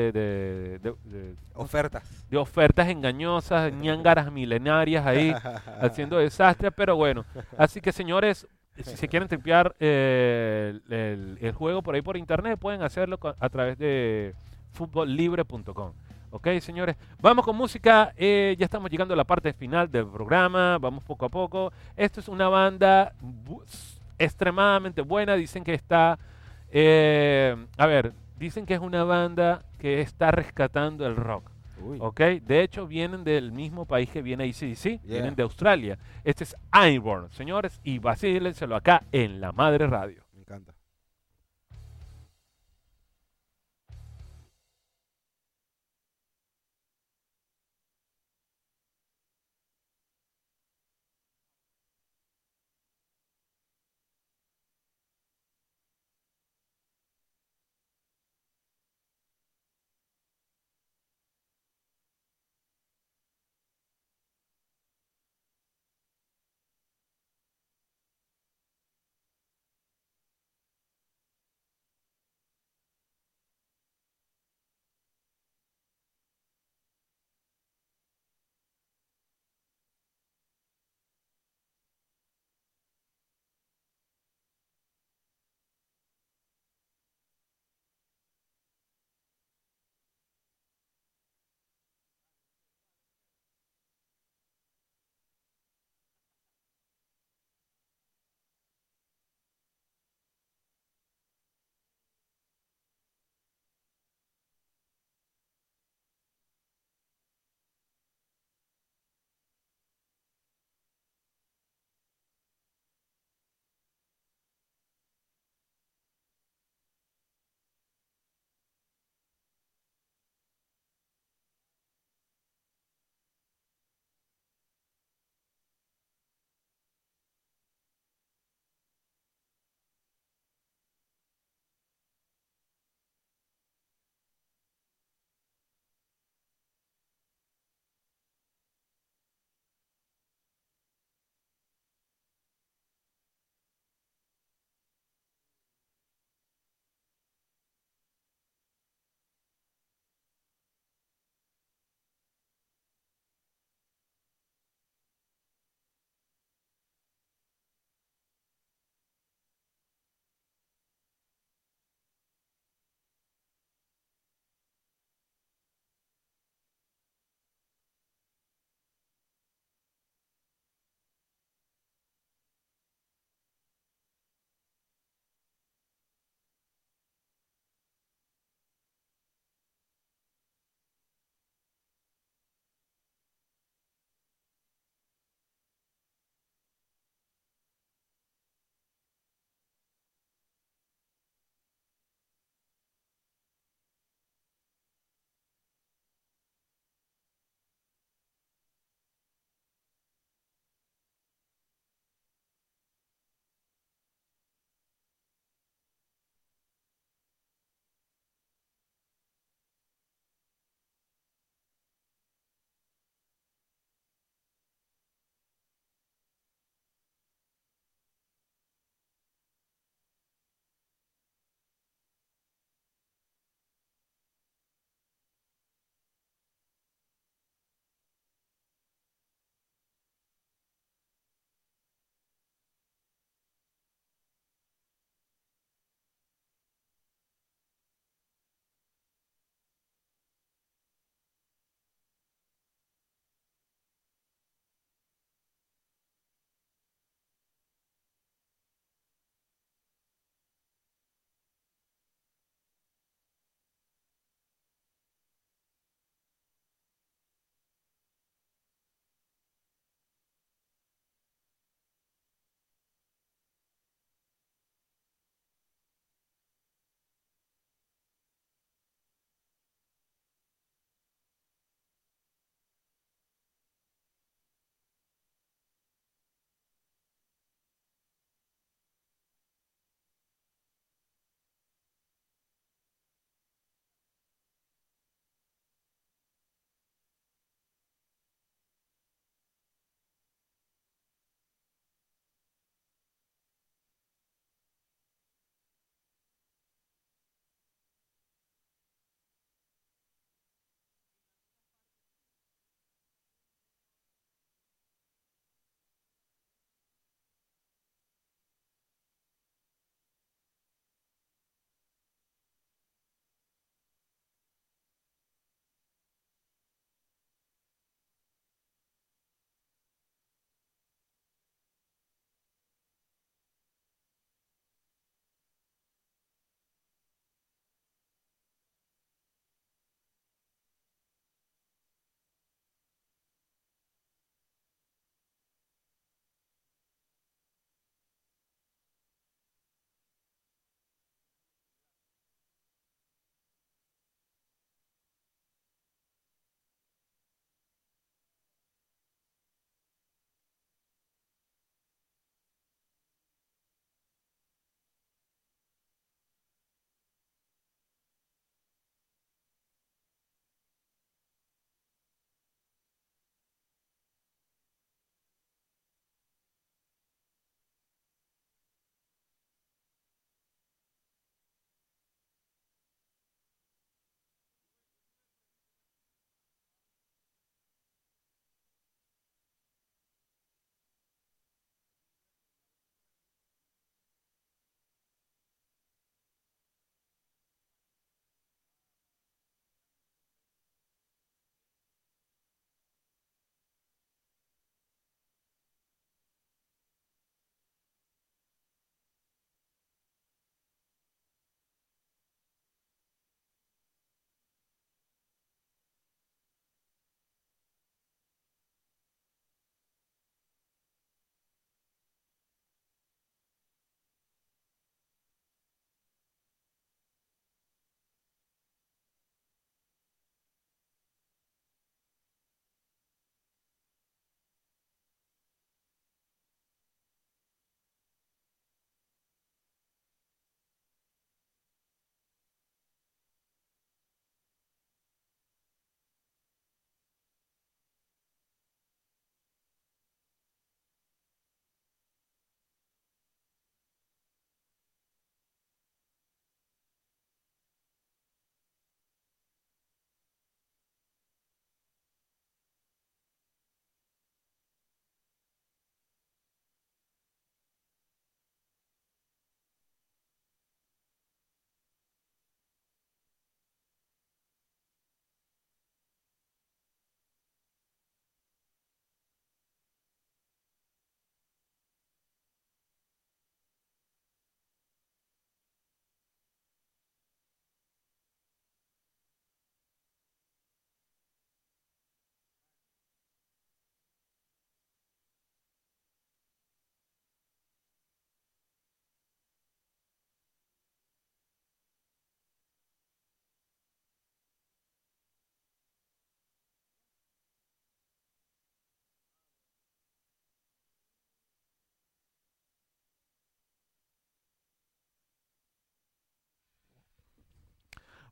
Ofertas. de ofertas engañosas, ñángaras milenarias ahí, haciendo desastres, pero bueno. Así que, señores, si se quieren tripear el juego por ahí por internet, pueden hacerlo a través de futbollibre.com. Ok, señores, vamos con música. Ya estamos llegando a la parte final del programa. Vamos poco a poco. Esto es una banda extremadamente buena. Dicen que está. A ver, dicen que es una banda que está rescatando el rock. Uy, Ok, de hecho vienen del mismo país que viene AC/DC, vienen yeah, de Australia. Este es Ironborn, señores, y vacílenselo acá en La Madre Radio. me encanta.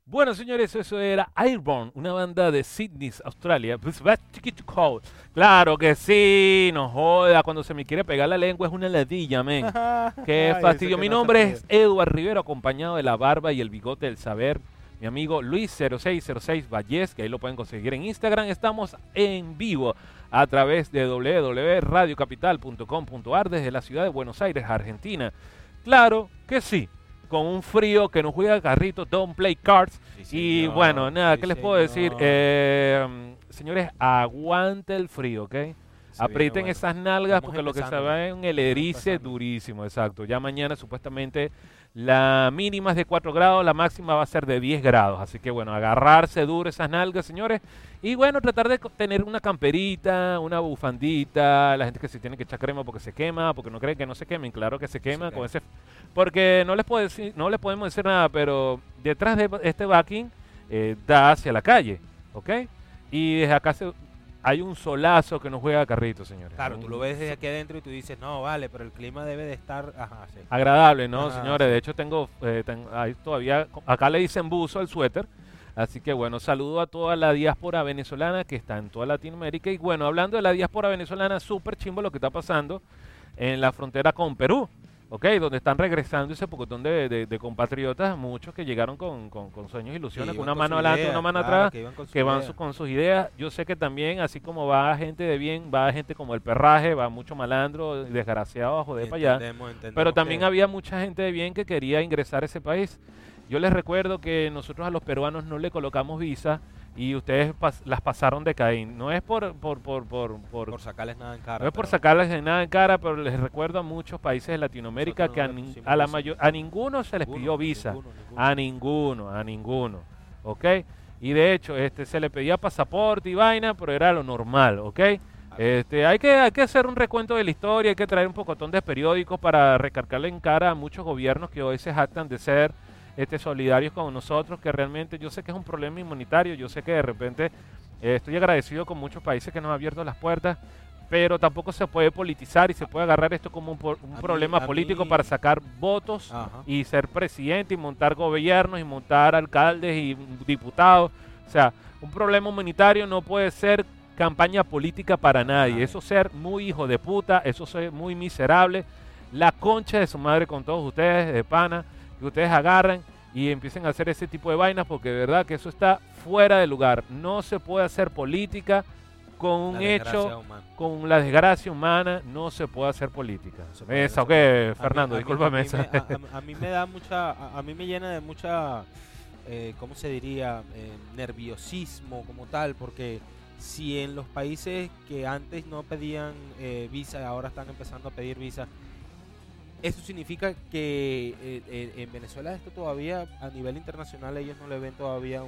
Bueno, señores, eso era Airborne, una banda de Sydney, Australia. Pues va chiquito cold. Claro que sí, no joda. Cuando se me quiere pegar la lengua es una ladilla, men. Qué Ay, fastidio. eso que Mi no se nombre puede. es Edward Rivero, acompañado de la barba y el bigote del saber. Mi amigo Luis0606 Vallés, que ahí lo pueden conseguir en Instagram. Estamos en vivo a través de www.radiocapital.com.ar desde la ciudad de Buenos Aires, Argentina. Claro que sí. Con un frío que nos juega carrito, don't play cards. Sí, Y señor, bueno, nada, sí, ¿qué les puedo decir? señor. Señores, aguante el frío, ¿ok? Se Aprieten viene, bueno. esas nalgas Estamos porque lo que se empezando. va es un erice empezando. durísimo, exacto. Ya mañana supuestamente la mínima es de 4 grados, la máxima va a ser de 10 grados. Así que bueno, agarrarse duro esas nalgas, señores. Y bueno, tratar de tener una camperita, una bufandita, la gente que se tiene que echar crema porque se quema, porque no creen que no se quemen, claro que se quema con ese... Porque no les puedo decir, no les podemos decir nada, pero detrás de este backing da hacia la calle, ¿ok? Y desde acá hay un solazo que nos juega carrito, señores. Claro, tú lo ves desde aquí adentro y tú dices, no, vale, pero el clima debe de estar... Ajá, sí. Agradable, ¿no, Ajá, señores? sí. De hecho, ahí todavía, acá le dicen buzo al suéter. Así que bueno, saludo a toda la diáspora venezolana que está en toda Latinoamérica. Y bueno, hablando de la diáspora venezolana, súper chimbo lo que está pasando en la frontera con Perú. ¿Ok? Donde están regresando ese pocotón de compatriotas, muchos que llegaron con sueños e ilusiones, Que con iban una mano sus adelante, ideas, una mano claro, atrás, que iban con sus que van ideas. con sus ideas. Yo sé que también, así como va gente de bien, va gente como el perraje, va mucho malandro, desgraciado a joder para allá. Entendemos Pero también que- había mucha gente de bien que quería ingresar a ese país. Yo les recuerdo que nosotros a los peruanos no le colocamos visa y ustedes las pasaron de Caín. No es por por sacarles nada en cara. no es por pero sacarles de nada en cara, pero les recuerdo a muchos países de Latinoamérica nosotros que no le pusimos a la visa. a ninguno se les Ninguno, pidió visa. ninguno. A ninguno, ¿ok? Y de hecho, se le pedía pasaporte y vaina, pero era lo normal, ¿ok? Hay que hacer un recuento de la historia, hay que traer un pocotón de periódicos para recargarle en cara a muchos gobiernos que hoy se jactan de ser solidarios con nosotros, que realmente yo sé que es un problema inmunitario, yo sé que de repente estoy agradecido con muchos países que nos han abierto las puertas, pero tampoco se puede politizar y se puede agarrar esto como un problema político para sacar votos Ajá. y ser presidente y montar gobiernos y montar alcaldes y diputados. O sea, un problema humanitario no puede ser campaña política para nadie. Nadie. Eso ser muy hijo de puta, eso ser muy miserable. La concha de su madre con todos ustedes, de pana, que ustedes agarren y empiecen a hacer ese tipo de vainas, porque de verdad que eso está fuera de lugar. No se puede hacer política con un La desgracia hecho, humana. con la desgracia humana, no se puede hacer política. No se puede, ¿Esa no o se qué, A Fernando? mí- Discúlpame. a mí me- a mí me da mucha, a mí me llena de mucha, ¿cómo se diría? Nerviosismo como tal, porque si en los países que antes no pedían visa y ahora están empezando a pedir visa, eso significa que en Venezuela esto todavía a nivel internacional ellos no le ven todavía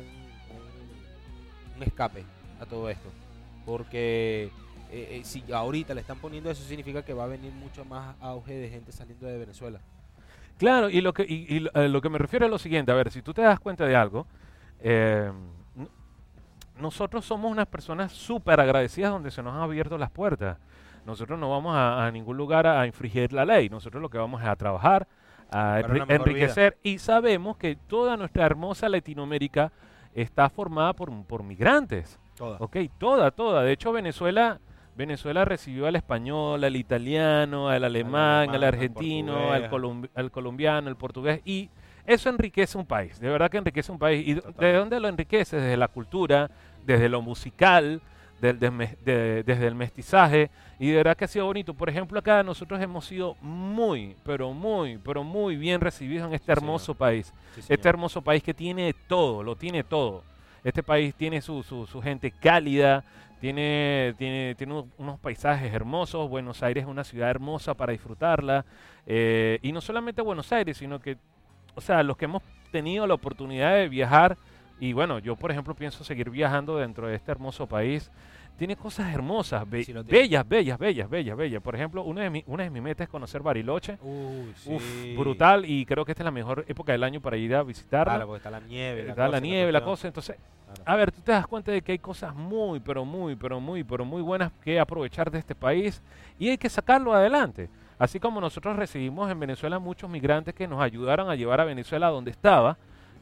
un escape a todo esto, porque si ahorita le están poniendo eso significa que va a venir mucho más auge de gente saliendo de Venezuela. Claro, y lo que me refiero es lo siguiente, a ver, si tú te das cuenta de algo, eh, n- nosotros somos unas personas súper agradecidas donde se nos han abierto las puertas. Nosotros no vamos a ningún lugar a infringir la ley, nosotros lo que vamos es a trabajar, a Para una mejor enriquecer, y sabemos que toda nuestra hermosa Latinoamérica está formada por migrantes. Toda. Ok, toda. De hecho, Venezuela recibió al español, al italiano, al alemán, al al argentino, al portugués. colombiano, al portugués, y eso enriquece un país, de verdad que enriquece un país. ¿Y Total. de dónde lo enriquece? Desde la cultura, desde lo musical, desde el mestizaje, y de verdad que ha sido bonito. Por ejemplo, acá nosotros hemos sido muy, pero muy bien recibidos en este hermoso país. Sí, señor. Este hermoso país que tiene todo, lo tiene todo. Este país tiene su gente cálida, tiene unos paisajes hermosos. Buenos Aires es una ciudad hermosa para disfrutarla. Y no solamente Buenos Aires, sino que, o sea, los que hemos tenido la oportunidad de viajar, y bueno, yo por ejemplo pienso seguir viajando dentro de este hermoso país, tiene cosas hermosas, Sí, lo tiene. bellas. Por ejemplo, una de mis metas es conocer Bariloche. Uy, sí. Uf, brutal, y creo que esta es la mejor época del año para ir a visitarla. Claro, porque está la nieve. Está la nieve, la cuestión. cosa. Entonces, Claro. a ver, tú te das cuenta de que hay cosas muy buenas que aprovechar de este país y hay que sacarlo adelante. Así como nosotros recibimos en Venezuela muchos migrantes que nos ayudaron a llevar a Venezuela a donde estaba,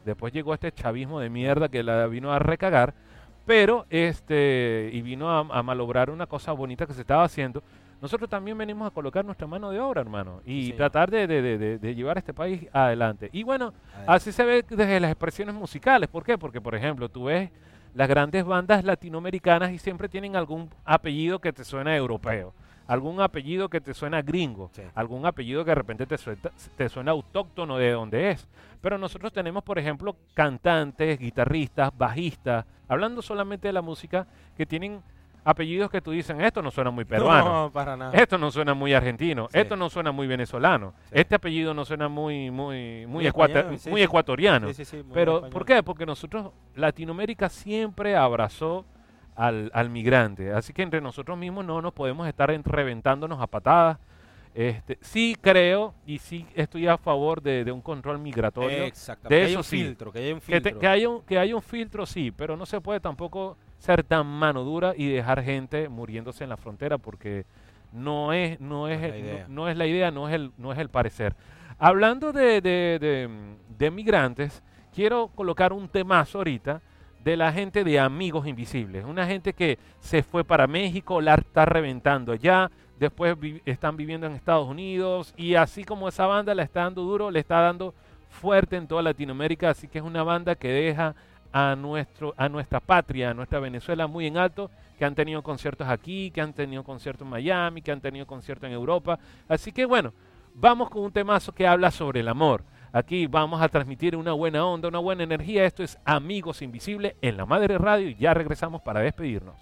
Después llegó este chavismo de mierda que la vino a recagar, pero y vino a malograr una cosa bonita que se estaba haciendo. Nosotros también venimos a colocar nuestra mano de obra, hermano, y Sí, tratar de llevar a este país adelante. Y bueno, así se ve desde las expresiones musicales. ¿Por qué? Porque, por ejemplo, tú ves las grandes bandas latinoamericanas y siempre tienen algún apellido que te suena europeo, algún apellido que te suena gringo, Sí. algún apellido que de repente te suena autóctono de donde es. Pero nosotros tenemos, por ejemplo, cantantes, guitarristas, bajistas, hablando solamente de la música, que tienen apellidos que tú dices, esto no suena muy peruano. No, para nada. Esto no suena muy argentino, Sí. esto no suena muy venezolano, Sí. este apellido no suena muy Muy español, sí, muy sí. ecuatoriano. Sí, muy Pero, español. ¿por qué? Porque nosotros, Latinoamérica siempre abrazó al migrante, así que entre nosotros mismos no nos podemos estar reventándonos a patadas. Sí creo y sí estoy a favor de un control migratorio. Exactamente. De Que haya eso un sí. filtro, que haya un Que, filtro. que haya un filtro, sí, pero no se puede tampoco ser tan mano dura y dejar gente muriéndose en la frontera porque no es la idea. no es la idea, no es el parecer. Hablando de migrantes, quiero colocar un temazo ahorita de la gente de Amigos Invisibles, una gente que se fue para México, la está reventando allá, después están viviendo en Estados Unidos y así como esa banda la está dando duro, le está dando fuerte en toda Latinoamérica, así que es una banda que deja a nuestra patria, a nuestra Venezuela muy en alto, que han tenido conciertos aquí, que han tenido conciertos en Miami, que han tenido conciertos en Europa, así que bueno, vamos con un temazo que habla sobre el amor. Aquí vamos a transmitir una buena onda, una buena energía. Esto es Amigos Invisibles en La Madre Radio y ya regresamos para despedirnos.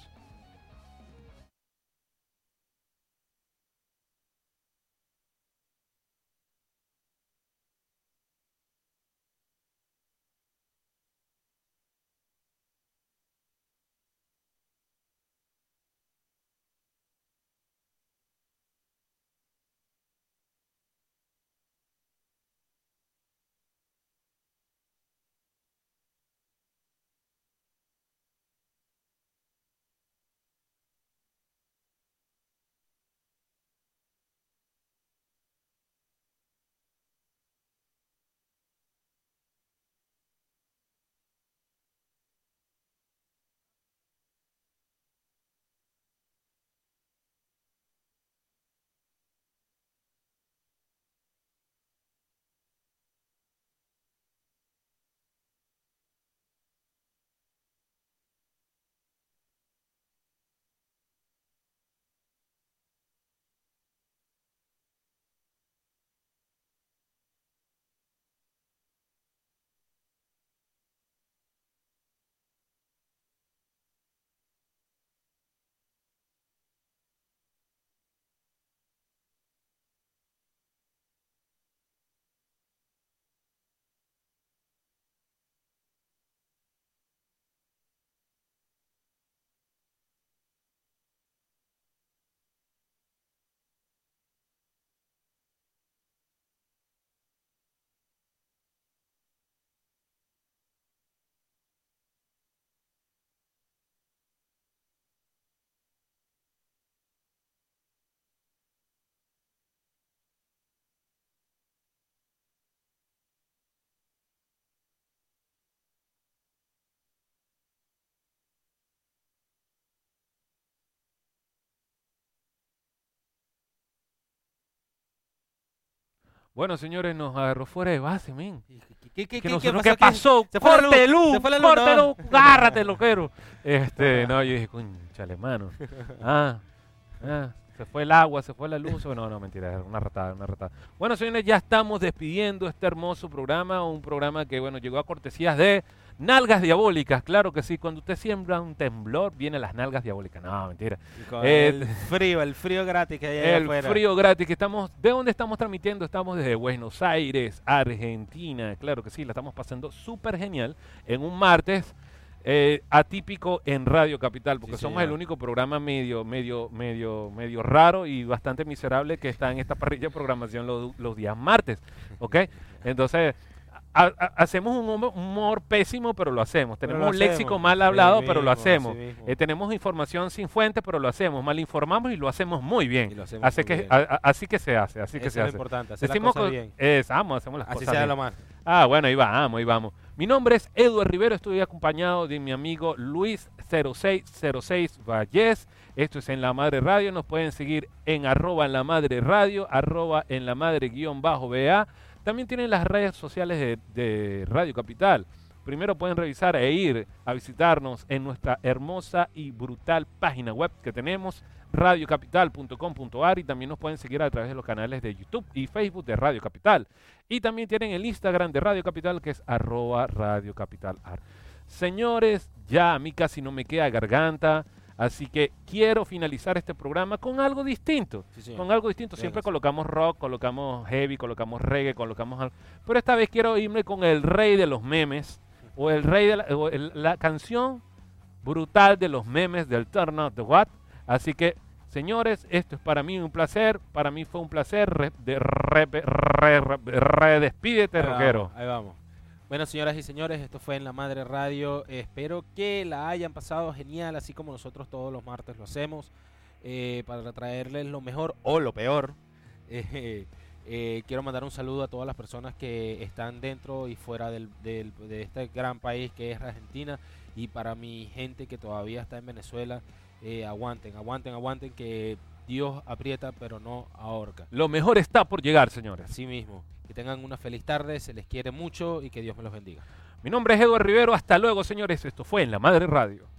Bueno, señores, nos agarró fuera de base, men. Que nosotros, ¿qué pasó? Se fue la ¡Corte luz! se fue la luz, ¡Corte no. luz! ¡Gárrate, loquero! No, yo dije, cónchale, mano. Se fue el agua, se fue la luz. No, no, mentira, era una ratada, una ratada. Bueno, señores, ya estamos despidiendo este hermoso programa. Un programa que, bueno, llegó a cortesías de Nalgas Diabólicas. Claro que sí, cuando usted siembra un temblor, vienen las nalgas diabólicas. No, mentira. Y con Eh, el frío gratis que hay allá El afuera. frío gratis que estamos, ¿de dónde estamos transmitiendo? Estamos desde Buenos Aires, Argentina. Claro que sí, la estamos pasando súper genial en un martes atípico en Radio Capital, porque Sí, somos señor. el único programa medio raro y bastante miserable que está en esta parrilla de programación los días martes, ¿ok? Entonces, hacemos un humor pésimo, pero lo hacemos. Pero Tenemos lo un léxico hacemos. mal hablado, Así pero lo mismo, hacemos. así mismo. Tenemos información sin fuente, pero lo hacemos. Mal informamos y lo hacemos muy bien. Y lo hacemos Así muy que, bien. así que se hace, así que Eso se es lo hace. importante, hacer las Decimos cosas que bien. hacemos las Así cosas sea bien. lo más. Bueno, ahí vamos, ahí vamos. Mi nombre es Edward Rivero, estoy acompañado de mi amigo Luis 0606 Vallés. Esto es En la Madre Radio, nos pueden seguir en @en la Madre Radio, @en la Madre_BA. También tienen las redes sociales de Radio Capital. Primero pueden revisar e ir a visitarnos en nuestra hermosa y brutal página web que tenemos, radiocapital.com.ar, y también nos pueden seguir a través de los canales de YouTube y Facebook de Radio Capital. Y también tienen el Instagram de Radio Capital, que es @RadioCapitalAr. Señores, ya a mí casi no me queda garganta, así que quiero finalizar este programa con algo distinto. Sí, señor. Con algo distinto. Bien, Siempre sí. colocamos rock, colocamos heavy, colocamos reggae, colocamos algo. Pero esta vez quiero irme con el rey de los memes, o el rey de la canción brutal de los memes del Turn Up the What. Así que, señores, esto es para mí un placer. Para mí fue un placer. Despídete, Ahí rockero. vamos, ahí vamos. Bueno, señoras y señores, esto fue En la Madre Radio. Espero que la hayan pasado genial, así como nosotros todos los martes lo hacemos, para traerles lo mejor o lo peor. Quiero mandar un saludo a todas las personas que están dentro y fuera de este gran país que es Argentina, y para mi gente que todavía está en Venezuela, aguanten, aguanten, aguanten, que Dios aprieta pero no ahorca. Lo mejor está por llegar, señores. Así mismo, que tengan una feliz tarde, se les quiere mucho y que Dios me los bendiga. Mi nombre es Eduardo Rivero. Hasta luego, señores. Esto fue En la Madre Radio.